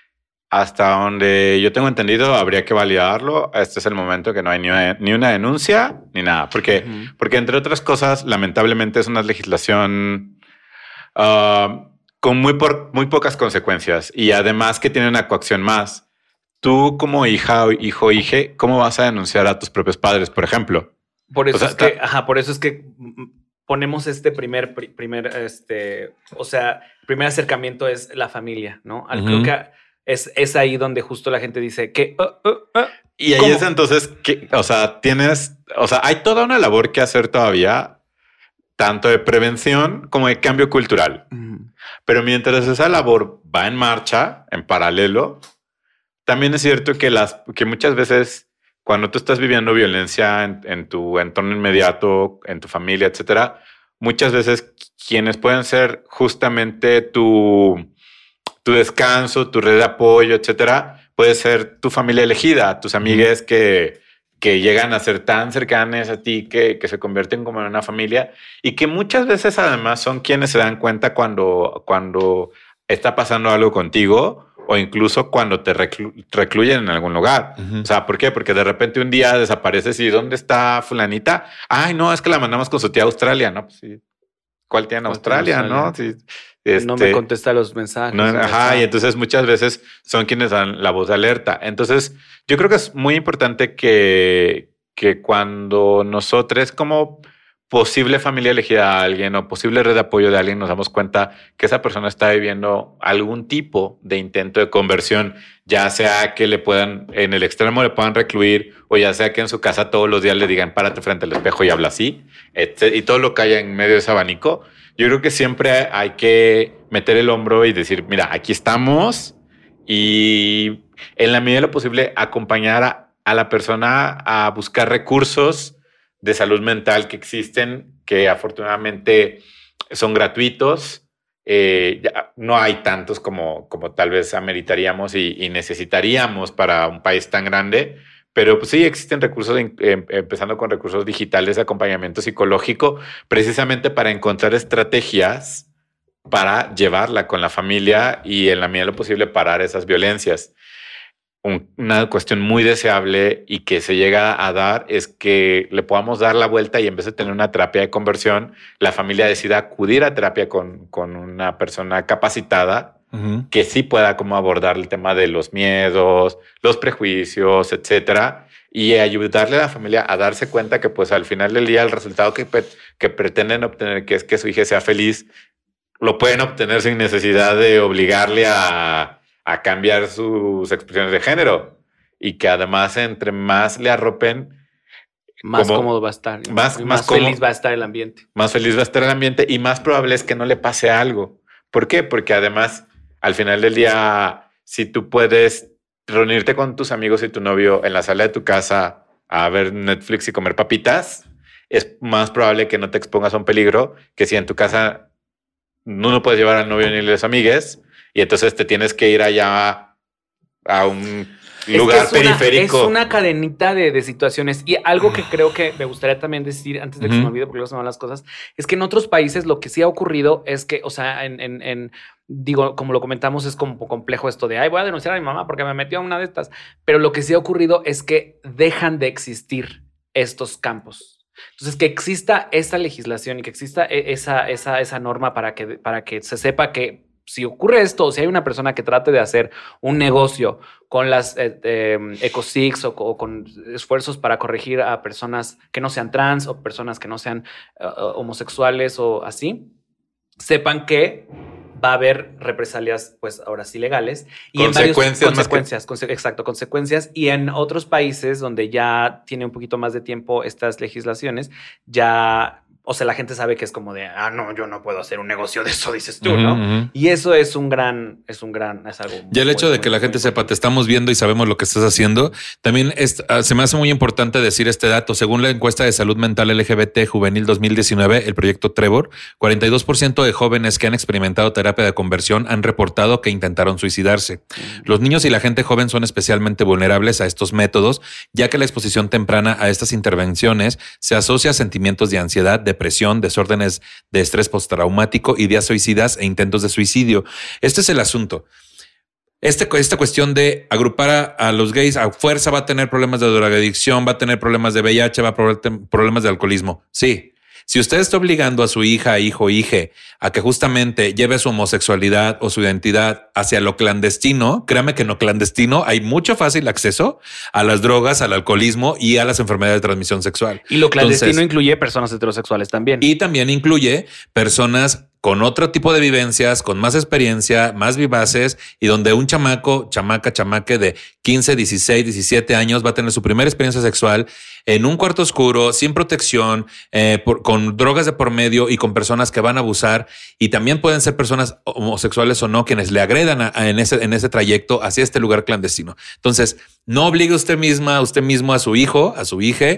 Speaker 5: hasta donde yo tengo entendido, habría que validarlo. Este es el momento que no hay ni una, ni una denuncia ni nada. Porque,
Speaker 4: Uh-huh.
Speaker 5: porque entre otras cosas, lamentablemente es una legislación uh, con muy, por, muy pocas consecuencias y además que tiene una coacción más. Tú como hija o hijo o hije, ¿cómo vas a denunciar a tus propios padres, por ejemplo?
Speaker 4: Por eso
Speaker 5: O sea,
Speaker 4: es que,
Speaker 5: ta-
Speaker 4: ajá, por eso es que mm, ponemos este primer, pri- primer, este, o sea, primer acercamiento es la familia, ¿no? Al-
Speaker 3: Ujú.
Speaker 4: Creo que es, es ahí donde justo la gente dice que, uh, uh, uh,
Speaker 5: Y ahí
Speaker 4: ¿cómo?
Speaker 5: es entonces que, o sea, tienes, o sea, hay toda una labor que hacer todavía, tanto de prevención como de cambio cultural. Pero mientras esa labor va en marcha, en paralelo, también es cierto que, las, que muchas veces cuando tú estás viviendo violencia en, en tu entorno inmediato, en tu familia, etcétera, muchas veces quienes pueden ser justamente tu, tu descanso, tu red de apoyo, etcétera, puede ser tu familia elegida, tus amigues uh-huh. que, que llegan a ser tan cercanas a ti que, que se convierten como en una familia y que muchas veces además son quienes se dan cuenta cuando, cuando está pasando algo contigo o incluso cuando te reclu- recluyen en algún lugar. Uh-huh. O sea, ¿por qué? Porque de repente un día desapareces y ¿dónde está fulanita? Ay, no, es que la mandamos con su tía a Australia, ¿no? Pues sí. ¿Cuál tía en Australia, Australia, no? Sí,
Speaker 4: este, no me contesta los mensajes.
Speaker 5: No, ajá, y entonces muchas veces son quienes dan la voz de alerta. Entonces, yo creo que es muy importante que, que cuando nosotros como posible familia elegida a alguien o posible red de apoyo de alguien nos damos cuenta que esa persona está viviendo algún tipo de intento de conversión, ya sea que le puedan, en el extremo le puedan recluir o ya sea que en su casa todos los días le digan párate frente al espejo y habla así, y todo lo que haya en medio de ese abanico. Yo creo que siempre hay que meter el hombro y decir, mira, aquí estamos y en la medida de lo posible acompañar a, a la persona a buscar recursos de salud mental que existen, que afortunadamente son gratuitos. Eh, ya no hay tantos como, como tal vez ameritaríamos y, y necesitaríamos para un país tan grande, pero pues sí existen recursos, eh, empezando con recursos digitales de acompañamiento psicológico, precisamente para encontrar estrategias para llevarla con la familia y en la medida de lo posible parar esas violencias. Una cuestión muy deseable y que se llega a dar es que le podamos dar la vuelta y en vez de tener una terapia de conversión, la familia decida acudir a terapia con, con una persona capacitada uh-huh. que sí pueda como abordar el tema de los miedos, los prejuicios, etcétera, y ayudarle a la familia a darse cuenta que pues al final del día el resultado que, que pretenden obtener, que es que su hija sea feliz, lo pueden obtener sin necesidad de obligarle a, a cambiar sus expresiones de género, y que además entre más le arropen,
Speaker 4: más
Speaker 5: como,
Speaker 4: cómodo va a estar.
Speaker 5: Más,
Speaker 4: más,
Speaker 5: más
Speaker 4: feliz
Speaker 5: cómodo,
Speaker 4: va a estar el ambiente.
Speaker 5: Más feliz va a estar el ambiente y más probable es que no le pase algo. ¿Por qué? Porque además, al final del día, si tú puedes reunirte con tus amigos y tu novio en la sala de tu casa a ver Netflix y comer papitas, es más probable que no te expongas a un peligro que si en tu casa no, no puedes llevar al novio ni a los amigues y entonces te tienes que ir allá a un lugar
Speaker 4: es que es
Speaker 5: periférico.
Speaker 4: Una, es una cadenita de, de situaciones. Y algo que creo que me gustaría también decir antes de que uh-huh. se me olvide, porque luego se me van las cosas, es que en otros países lo que sí ha ocurrido es que, o sea, en, en, en digo, como lo comentamos, es como complejo esto de, ay, voy a denunciar a mi mamá porque me metió a una de estas. Pero lo que sí ha ocurrido es que dejan de existir estos campos. Entonces, que exista esa legislación y que exista esa, esa, esa norma para que, para que se sepa que si ocurre esto, o si hay una persona que trate de hacer un negocio con las eh, eh, EcoSix o, o con esfuerzos para corregir a personas que no sean trans o personas que no sean uh, homosexuales o así, sepan que va a haber represalias, pues ahora sí legales. Y
Speaker 5: consecuencias.
Speaker 4: En varios, consecuencias, conse- exacto, consecuencias. Y en otros países donde ya tiene un poquito más de tiempo estas legislaciones, ya... O sea, la gente sabe que es como de, ah, no, yo no puedo hacer un negocio de eso, dices tú, ¿no? Uh-huh. Y eso es un gran, es un gran, es algo.
Speaker 3: Ya el hecho muy, de que muy, la gente sepa, te estamos viendo y sabemos lo que estás haciendo. También es, uh, se me hace muy importante decir este dato. Según la encuesta de salud mental L G B T juvenil dos mil diecinueve, el proyecto Trevor, cuarenta y dos por ciento de jóvenes que han experimentado terapia de conversión han reportado que intentaron suicidarse. Uh-huh. Los niños y la gente joven son especialmente vulnerables a estos métodos, ya que la exposición temprana a estas intervenciones se asocia a sentimientos de ansiedad, de depresión, desórdenes de estrés postraumático, ideas suicidas e intentos de suicidio. Este es el asunto. Este, esta cuestión de agrupar a, a los gays a fuerza va a tener problemas de drogadicción, va a tener problemas de V I H, va a tener problemas de alcoholismo. Sí. Si usted está obligando a su hija, hijo, hije a que justamente lleve su homosexualidad o su identidad hacia lo clandestino, créame que en lo clandestino hay mucho fácil acceso a las drogas, al alcoholismo y a las enfermedades de transmisión sexual.
Speaker 4: Y lo clandestino Entonces, incluye personas heterosexuales también.
Speaker 3: Y también incluye personas con otro tipo de vivencias, con más experiencia, más vivaces y donde un chamaco, chamaca, chamaque de quince, dieciséis, diecisiete años va a tener su primera experiencia sexual en un cuarto oscuro, sin protección, eh, por, con drogas de por medio y con personas que van a abusar, y también pueden ser personas homosexuales o no quienes le agredan a, a en, ese, en ese trayecto hacia este lugar clandestino. Entonces, no obligue usted misma, usted mismo a su hijo, a su hija,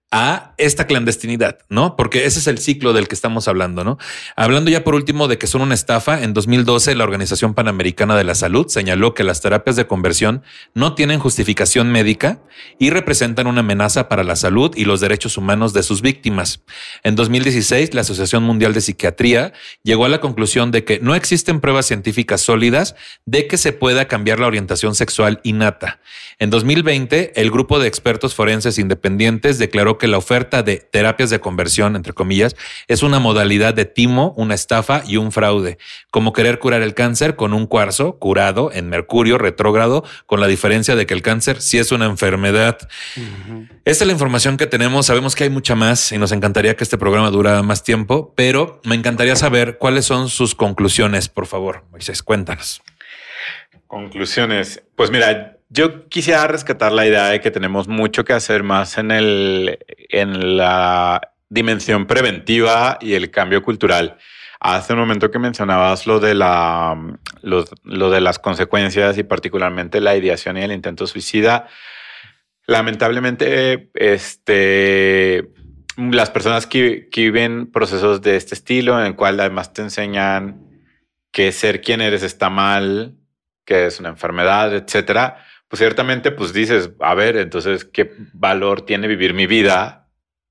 Speaker 3: a esta clandestinidad, ¿no? Porque ese es el ciclo del que estamos hablando, ¿no? Hablando ya por último de que son una estafa, en dos mil doce la Organización Panamericana de la Salud señaló que las terapias de conversión no tienen justificación médica y representan una amenaza para la salud y los derechos humanos de sus víctimas. En dos mil dieciséis, la Asociación Mundial de Psiquiatría llegó a la conclusión de que no existen pruebas científicas sólidas de que se pueda cambiar la orientación sexual innata. En dos mil veinte, el grupo de expertos forenses independientes declaró que la oferta de terapias de conversión, entre comillas, es una modalidad de timo, una estafa y un fraude, como querer curar el cáncer con un cuarzo curado en mercurio retrógrado, con la diferencia de que el cáncer sí es una enfermedad. Uh-huh. Esta es la información que tenemos. Sabemos que hay mucha más y nos encantaría que este programa durara más tiempo, pero me encantaría saber cuáles son sus conclusiones, por favor. Moisés, cuéntanos.
Speaker 5: Conclusiones. Pues mira, yo quisiera rescatar la idea de que tenemos mucho que hacer más en el, en la dimensión preventiva y el cambio cultural. Hace un momento que mencionabas lo de la, lo, lo de las consecuencias y particularmente la ideación y el intento suicida. Lamentablemente, este, las personas que, que viven procesos de este estilo, en el cual además te enseñan que ser quien eres está mal, que es una enfermedad, etcétera, pues ciertamente pues dices, a ver, entonces, ¿qué valor tiene vivir mi vida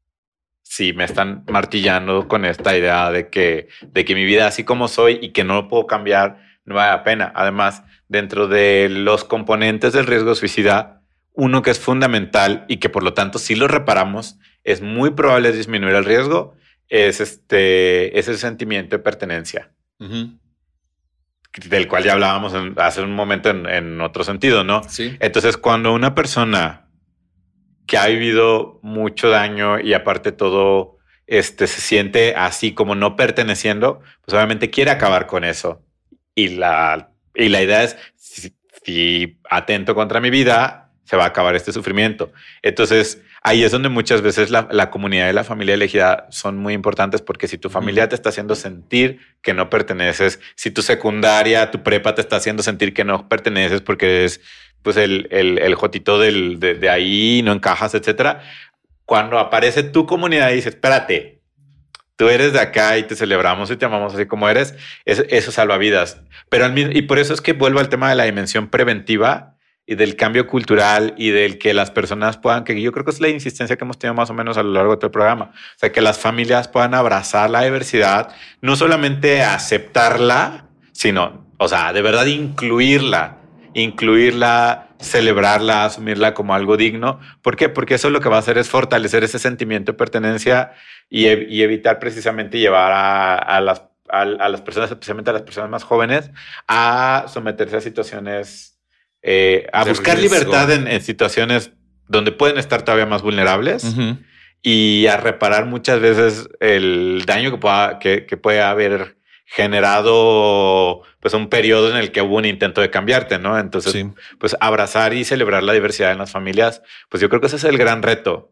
Speaker 5: si me están martillando con esta idea de que, de que mi vida así como soy y que no lo puedo cambiar no vale la pena? Además, dentro de los componentes del riesgo suicida, uno que es fundamental y que por lo tanto si lo reparamos es muy probable disminuir el riesgo, es, este, es el sentimiento de pertenencia. Uh-huh. del cual ya hablábamos en, hace un momento en, en otro sentido, ¿no?
Speaker 3: Sí.
Speaker 5: Entonces, cuando una persona que ha vivido mucho daño y aparte todo este, se siente así como no perteneciendo, pues obviamente quiere acabar con eso. Y la, y la idea es, si, si atento contra mi vida, se va a acabar este sufrimiento. Entonces, ahí es donde muchas veces la, la comunidad y la familia elegida son muy importantes, porque si tu familia te está haciendo sentir que no perteneces, si tu secundaria, tu prepa te está haciendo sentir que no perteneces porque es pues el, el, el jotito del, de, de ahí, no encajas, etcétera. Cuando aparece tu comunidad y dices, espérate, tú eres de acá y te celebramos y te amamos así como eres, eso, eso salva vidas. Pero al mismo, y por eso es que vuelvo al tema de la dimensión preventiva y del cambio cultural y del que las personas puedan, que yo creo que es la insistencia que hemos tenido más o menos a lo largo de todo el programa. O sea, que las familias puedan abrazar la diversidad, no solamente aceptarla, sino, o sea, de verdad incluirla, incluirla, celebrarla, asumirla como algo digno. ¿Por qué? Porque eso lo que va a hacer es fortalecer ese sentimiento de pertenencia y, y evitar precisamente llevar a, a, las, a, a las personas, especialmente a las personas más jóvenes, a someterse a situaciones, eh, a de buscar riesgo. Libertad en, en situaciones donde pueden estar todavía más vulnerables. Uh-huh. Y a reparar muchas veces el daño que, pueda, que, que puede haber generado pues un periodo en el que hubo un intento de cambiarte, ¿no? Entonces, sí. pues abrazar y celebrar la diversidad en las familias, pues yo creo que ese es el gran reto.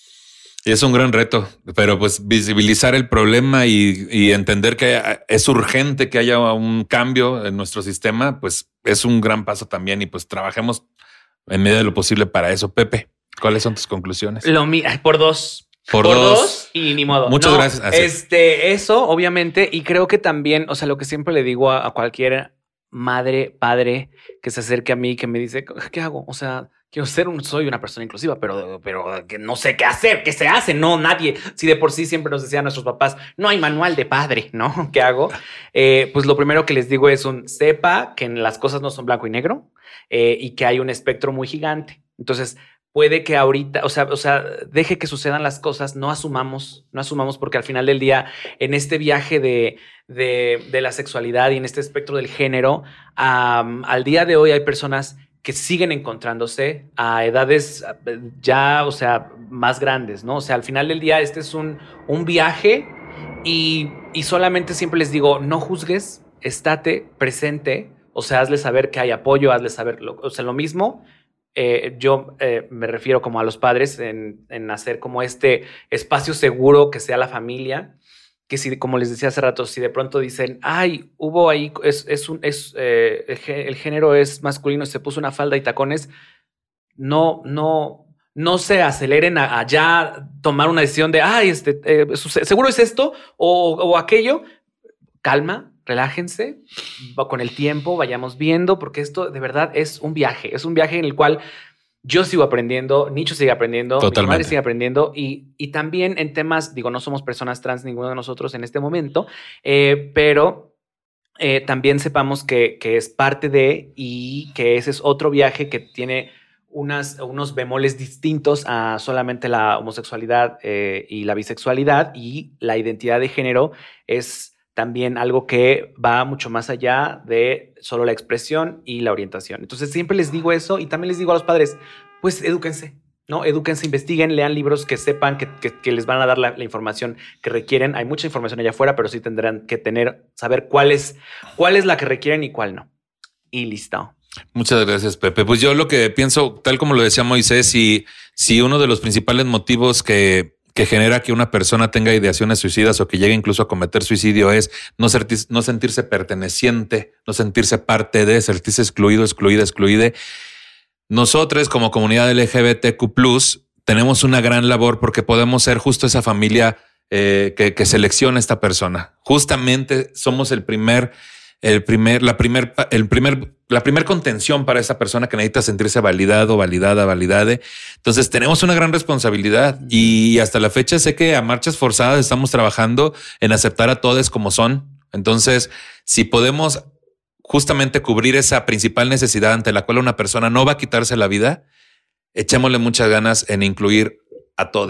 Speaker 3: Y es un gran reto, pero pues visibilizar el problema y, y entender que es urgente que haya un cambio en nuestro sistema, pues es un gran paso también y pues trabajemos en medida de lo posible para eso. Pepe, ¿cuáles son tus conclusiones?
Speaker 4: Lo mi- por dos.
Speaker 3: Por,
Speaker 4: por
Speaker 3: dos.
Speaker 4: dos y ni modo.
Speaker 3: Muchas
Speaker 4: no,
Speaker 3: gracias. Así.
Speaker 4: Este, eso, obviamente, y creo que también, o sea, lo que siempre le digo a, a cualquier madre, padre que se acerque a mí, que me dice, ¿qué hago? O sea, quiero ser un, soy una persona inclusiva, pero, pero que no sé qué hacer, qué se hace, no, nadie. Si de por sí siempre nos decían nuestros papás, no hay manual de padre, ¿no? ¿Qué hago? Eh, pues lo primero que les digo es un, sepa que las cosas no son blanco y negro eh, y que hay un espectro muy gigante. Entonces, puede que ahorita, o sea, o sea, deje que sucedan las cosas, no asumamos, no asumamos, porque al final del día, en este viaje de, de, de la sexualidad y en este espectro del género, um, al día de hoy hay personas que siguen encontrándose a edades ya, o sea, más grandes, ¿no? O sea, al final del día, este es un, un viaje y, y solamente siempre les digo, no juzgues, estate presente, o sea, hazle saber que hay apoyo, hazle saber, lo, o sea, lo mismo. Eh, yo eh, me refiero como a los padres en, en hacer como este espacio seguro que sea la familia, que si, como les decía hace rato, si de pronto dicen, ay, hubo ahí, es, es un, es, eh, el, el género es masculino y se puso una falda y tacones, no, no, no se aceleren a, a ya tomar una decisión de, ay, este, eh, seguro es esto o, o aquello. Calma. Relájense, con el tiempo vayamos viendo, porque esto de verdad es un viaje, es un viaje en el cual yo sigo aprendiendo, Nicho sigue aprendiendo,
Speaker 3: Totalmente.
Speaker 4: mi madre sigue aprendiendo y, y también en temas, digo, no somos personas trans ninguno de nosotros en este momento, eh, pero eh, también sepamos que, que es parte de y que ese es otro viaje que tiene unas, unos bemoles distintos a solamente la homosexualidad eh, y la bisexualidad, y la identidad de género es también algo que va mucho más allá de solo la expresión y la orientación. Entonces siempre les digo eso y también les digo a los padres, pues edúquense, ¿no? Edúquense, investiguen, lean libros que sepan que, que, que les van a dar la, la información que requieren. Hay mucha información allá afuera, pero sí tendrán que tener, saber cuál es, cuál es la que requieren y cuál no. Y listo.
Speaker 3: Muchas gracias, Pepe. Pues yo lo que pienso, tal como lo decía Moisés, si, si uno de los principales motivos que que genera que una persona tenga ideaciones suicidas o que llegue incluso a cometer suicidio es no, sertis, no sentirse perteneciente, no sentirse parte de, sentirse excluido, excluida, excluide. Nosotros como comunidad L G B T Q plus, tenemos una gran labor porque podemos ser justo esa familia eh, que, que selecciona a esta persona. Justamente somos el primer, el primer, la primer, el primer, la primer contención para esa persona que necesita sentirse validado, validada, validade. Entonces tenemos una gran responsabilidad y hasta la fecha sé que a marchas forzadas estamos trabajando en aceptar a todos como son. Entonces, si podemos justamente cubrir esa principal necesidad ante la cual una persona no va a quitarse la vida, echémosle muchas ganas en incluir a todos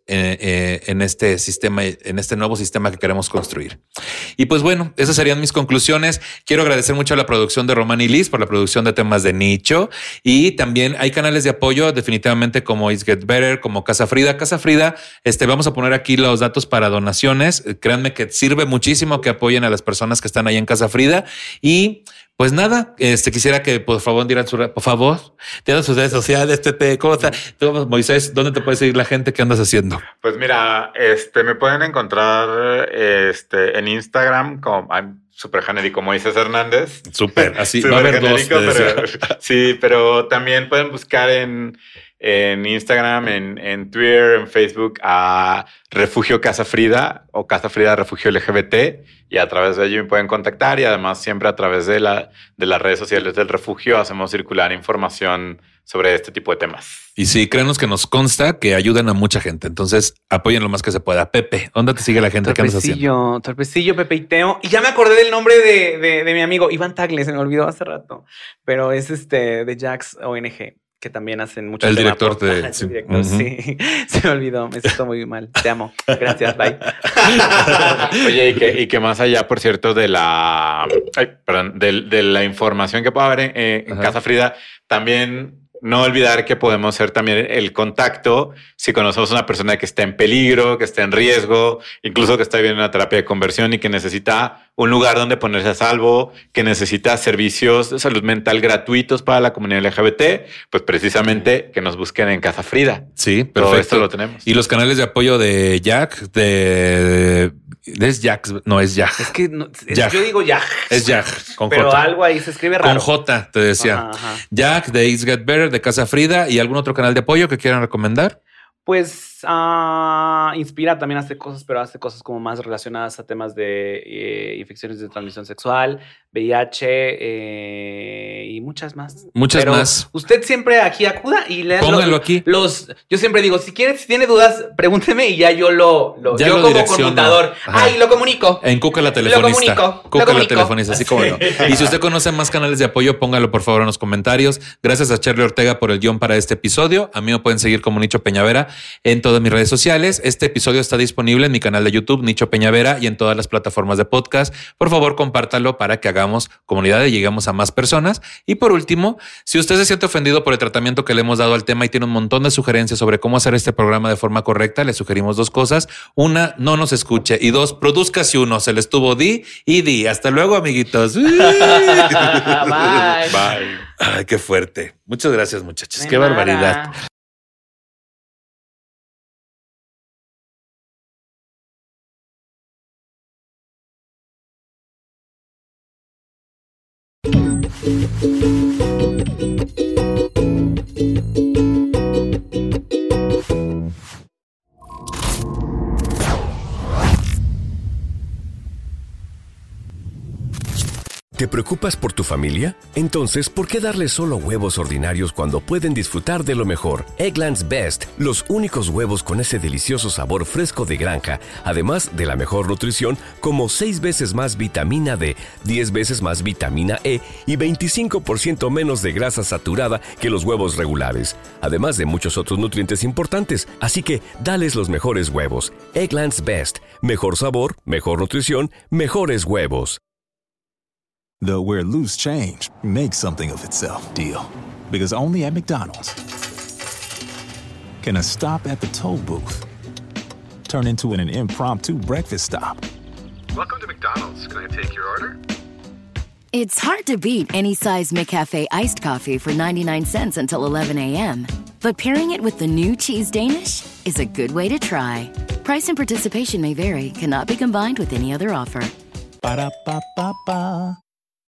Speaker 3: eh, eh, en este sistema, en este nuevo sistema que queremos construir. Y pues bueno, esas serían mis conclusiones. Quiero agradecer mucho a la producción de Román y Liz por la producción de temas de nicho. Y también hay canales de apoyo definitivamente como It's Get Better, como Casa Frida. Casa Frida, este, vamos a poner aquí los datos para donaciones. Créanme que sirve muchísimo que apoyen a las personas que están ahí en Casa Frida. Y pues nada, este quisiera que por favor dieran su por favor, dieran sus redes sociales, este te cosa. Moisés, ¿dónde te puede seguir la gente? ¿Qué andas haciendo?
Speaker 5: Pues mira, este me pueden encontrar este en Instagram como I'm súper genérico Moisés Hernández.
Speaker 3: Súper, así
Speaker 5: Super
Speaker 3: va a haber dos.
Speaker 5: Pero, sí, pero también pueden buscar en en Instagram, en, en Twitter, en Facebook a Refugio Casa Frida o Casa Frida Refugio L G B T, y a través de ello me pueden contactar, y además siempre a través de, la, de las redes sociales del refugio hacemos circular información sobre este tipo de temas.
Speaker 3: Y sí, créanos que nos consta que ayudan a mucha gente, entonces apoyen lo más que se pueda. Pepe, ¿dónde te sigue la gente? ¿Qué andas haciendo?
Speaker 4: Torpecillo, Pepe y Teo. Y ya me acordé del nombre de, de, de mi amigo Iván Tagle, se me olvidó hace rato, pero es este de Jax O N G. Que también hacen mucho.
Speaker 3: El director
Speaker 4: de...
Speaker 3: de...
Speaker 4: Ajá, sí. Director, uh-huh. sí. Se me olvidó. Me siento muy mal. Te amo. Gracias. Bye.
Speaker 5: Oye, y que, y que más allá, por cierto, de la... Ay, perdón. De, de la información que puede haber en, en Casa Frida, también... No olvidar que podemos ser también el contacto si conocemos a una persona que está en peligro, que está en riesgo, incluso que está viviendo una terapia de conversión y que necesita un lugar donde ponerse a salvo, que necesita servicios de salud mental gratuitos para la comunidad L G B T, pues precisamente que nos busquen en Casa Frida.
Speaker 3: Sí, perfecto.
Speaker 5: Todo esto lo tenemos.
Speaker 3: Y los canales de apoyo de Jack, de... Es Jack, no es Jack.
Speaker 4: Es que no, es, yo digo Jack.
Speaker 3: Es Jack, con
Speaker 4: Pero
Speaker 3: J.
Speaker 4: Pero algo ahí se escribe raro.
Speaker 3: Con J, te decía. Ajá, ajá. Jack de It's Get Better, de Casa Frida. ¿Y algún otro canal de apoyo que quieran recomendar?
Speaker 4: Pues uh, Inspira también hace cosas, pero hace cosas como más relacionadas a temas de eh, infecciones de transmisión sexual, V I H eh, y muchas más.
Speaker 3: Muchas
Speaker 4: pero
Speaker 3: más.
Speaker 4: Usted siempre aquí acuda y le
Speaker 3: Póngalo
Speaker 4: los,
Speaker 3: aquí.
Speaker 4: Los, yo siempre digo, si quiere, si tiene dudas, pregúnteme y ya yo lo, lo
Speaker 3: ya
Speaker 4: yo
Speaker 3: lo
Speaker 4: como conmutador. Ay, lo comunico.
Speaker 3: En Cuca la telefonista.
Speaker 4: Lo comunico.
Speaker 3: Cuca
Speaker 4: lo
Speaker 3: la telefonista, así como no. Y si usted conoce más canales de apoyo, póngalo por favor en los comentarios. Gracias a Charlie Ortega por el guión para este episodio. A mí me pueden seguir como Nicho Peñavera en todas mis redes sociales. Este episodio está disponible en mi canal de YouTube, Nicho Peñavera, y en todas las plataformas de podcast. Por favor, compártalo para que hagamos comunidad y lleguemos a más personas. Y por último, si usted se siente ofendido por el tratamiento que le hemos dado al tema y tiene un montón de sugerencias sobre cómo hacer este programa de forma correcta, le sugerimos dos cosas. Una, no nos escuche. Y dos, produzcase uno. Se le estuvo di y di. Hasta luego, amiguitos. Bye.
Speaker 5: Bye.
Speaker 3: Ay, qué fuerte. Muchas gracias, muchachos. Qué barbaridad.
Speaker 1: ¿Te preocupas por tu familia? Entonces, ¿por qué darles solo huevos ordinarios cuando pueden disfrutar de lo mejor? Eggland's Best, los únicos huevos con ese delicioso sabor fresco de granja, además de la mejor nutrición, como seis veces más vitamina D, diez veces más vitamina E y veinticinco por ciento menos de grasa saturada que los huevos regulares, además de muchos otros nutrientes importantes. Así que, dales los mejores huevos. Eggland's Best, mejor sabor, mejor nutrición, mejores huevos.
Speaker 7: The where loose change makes something of itself deal. Because only at McDonald's can a stop at the toll booth turn into an impromptu breakfast stop.
Speaker 8: Welcome to McDonald's. Can I take your order?
Speaker 9: It's hard to beat any size McCafe iced coffee for ninety-nine cents until eleven a.m. But pairing it with the new Cheese Danish is a good way to try. Price and participation may vary. Cannot be combined with any other offer.
Speaker 7: Ba-da-ba-ba-ba.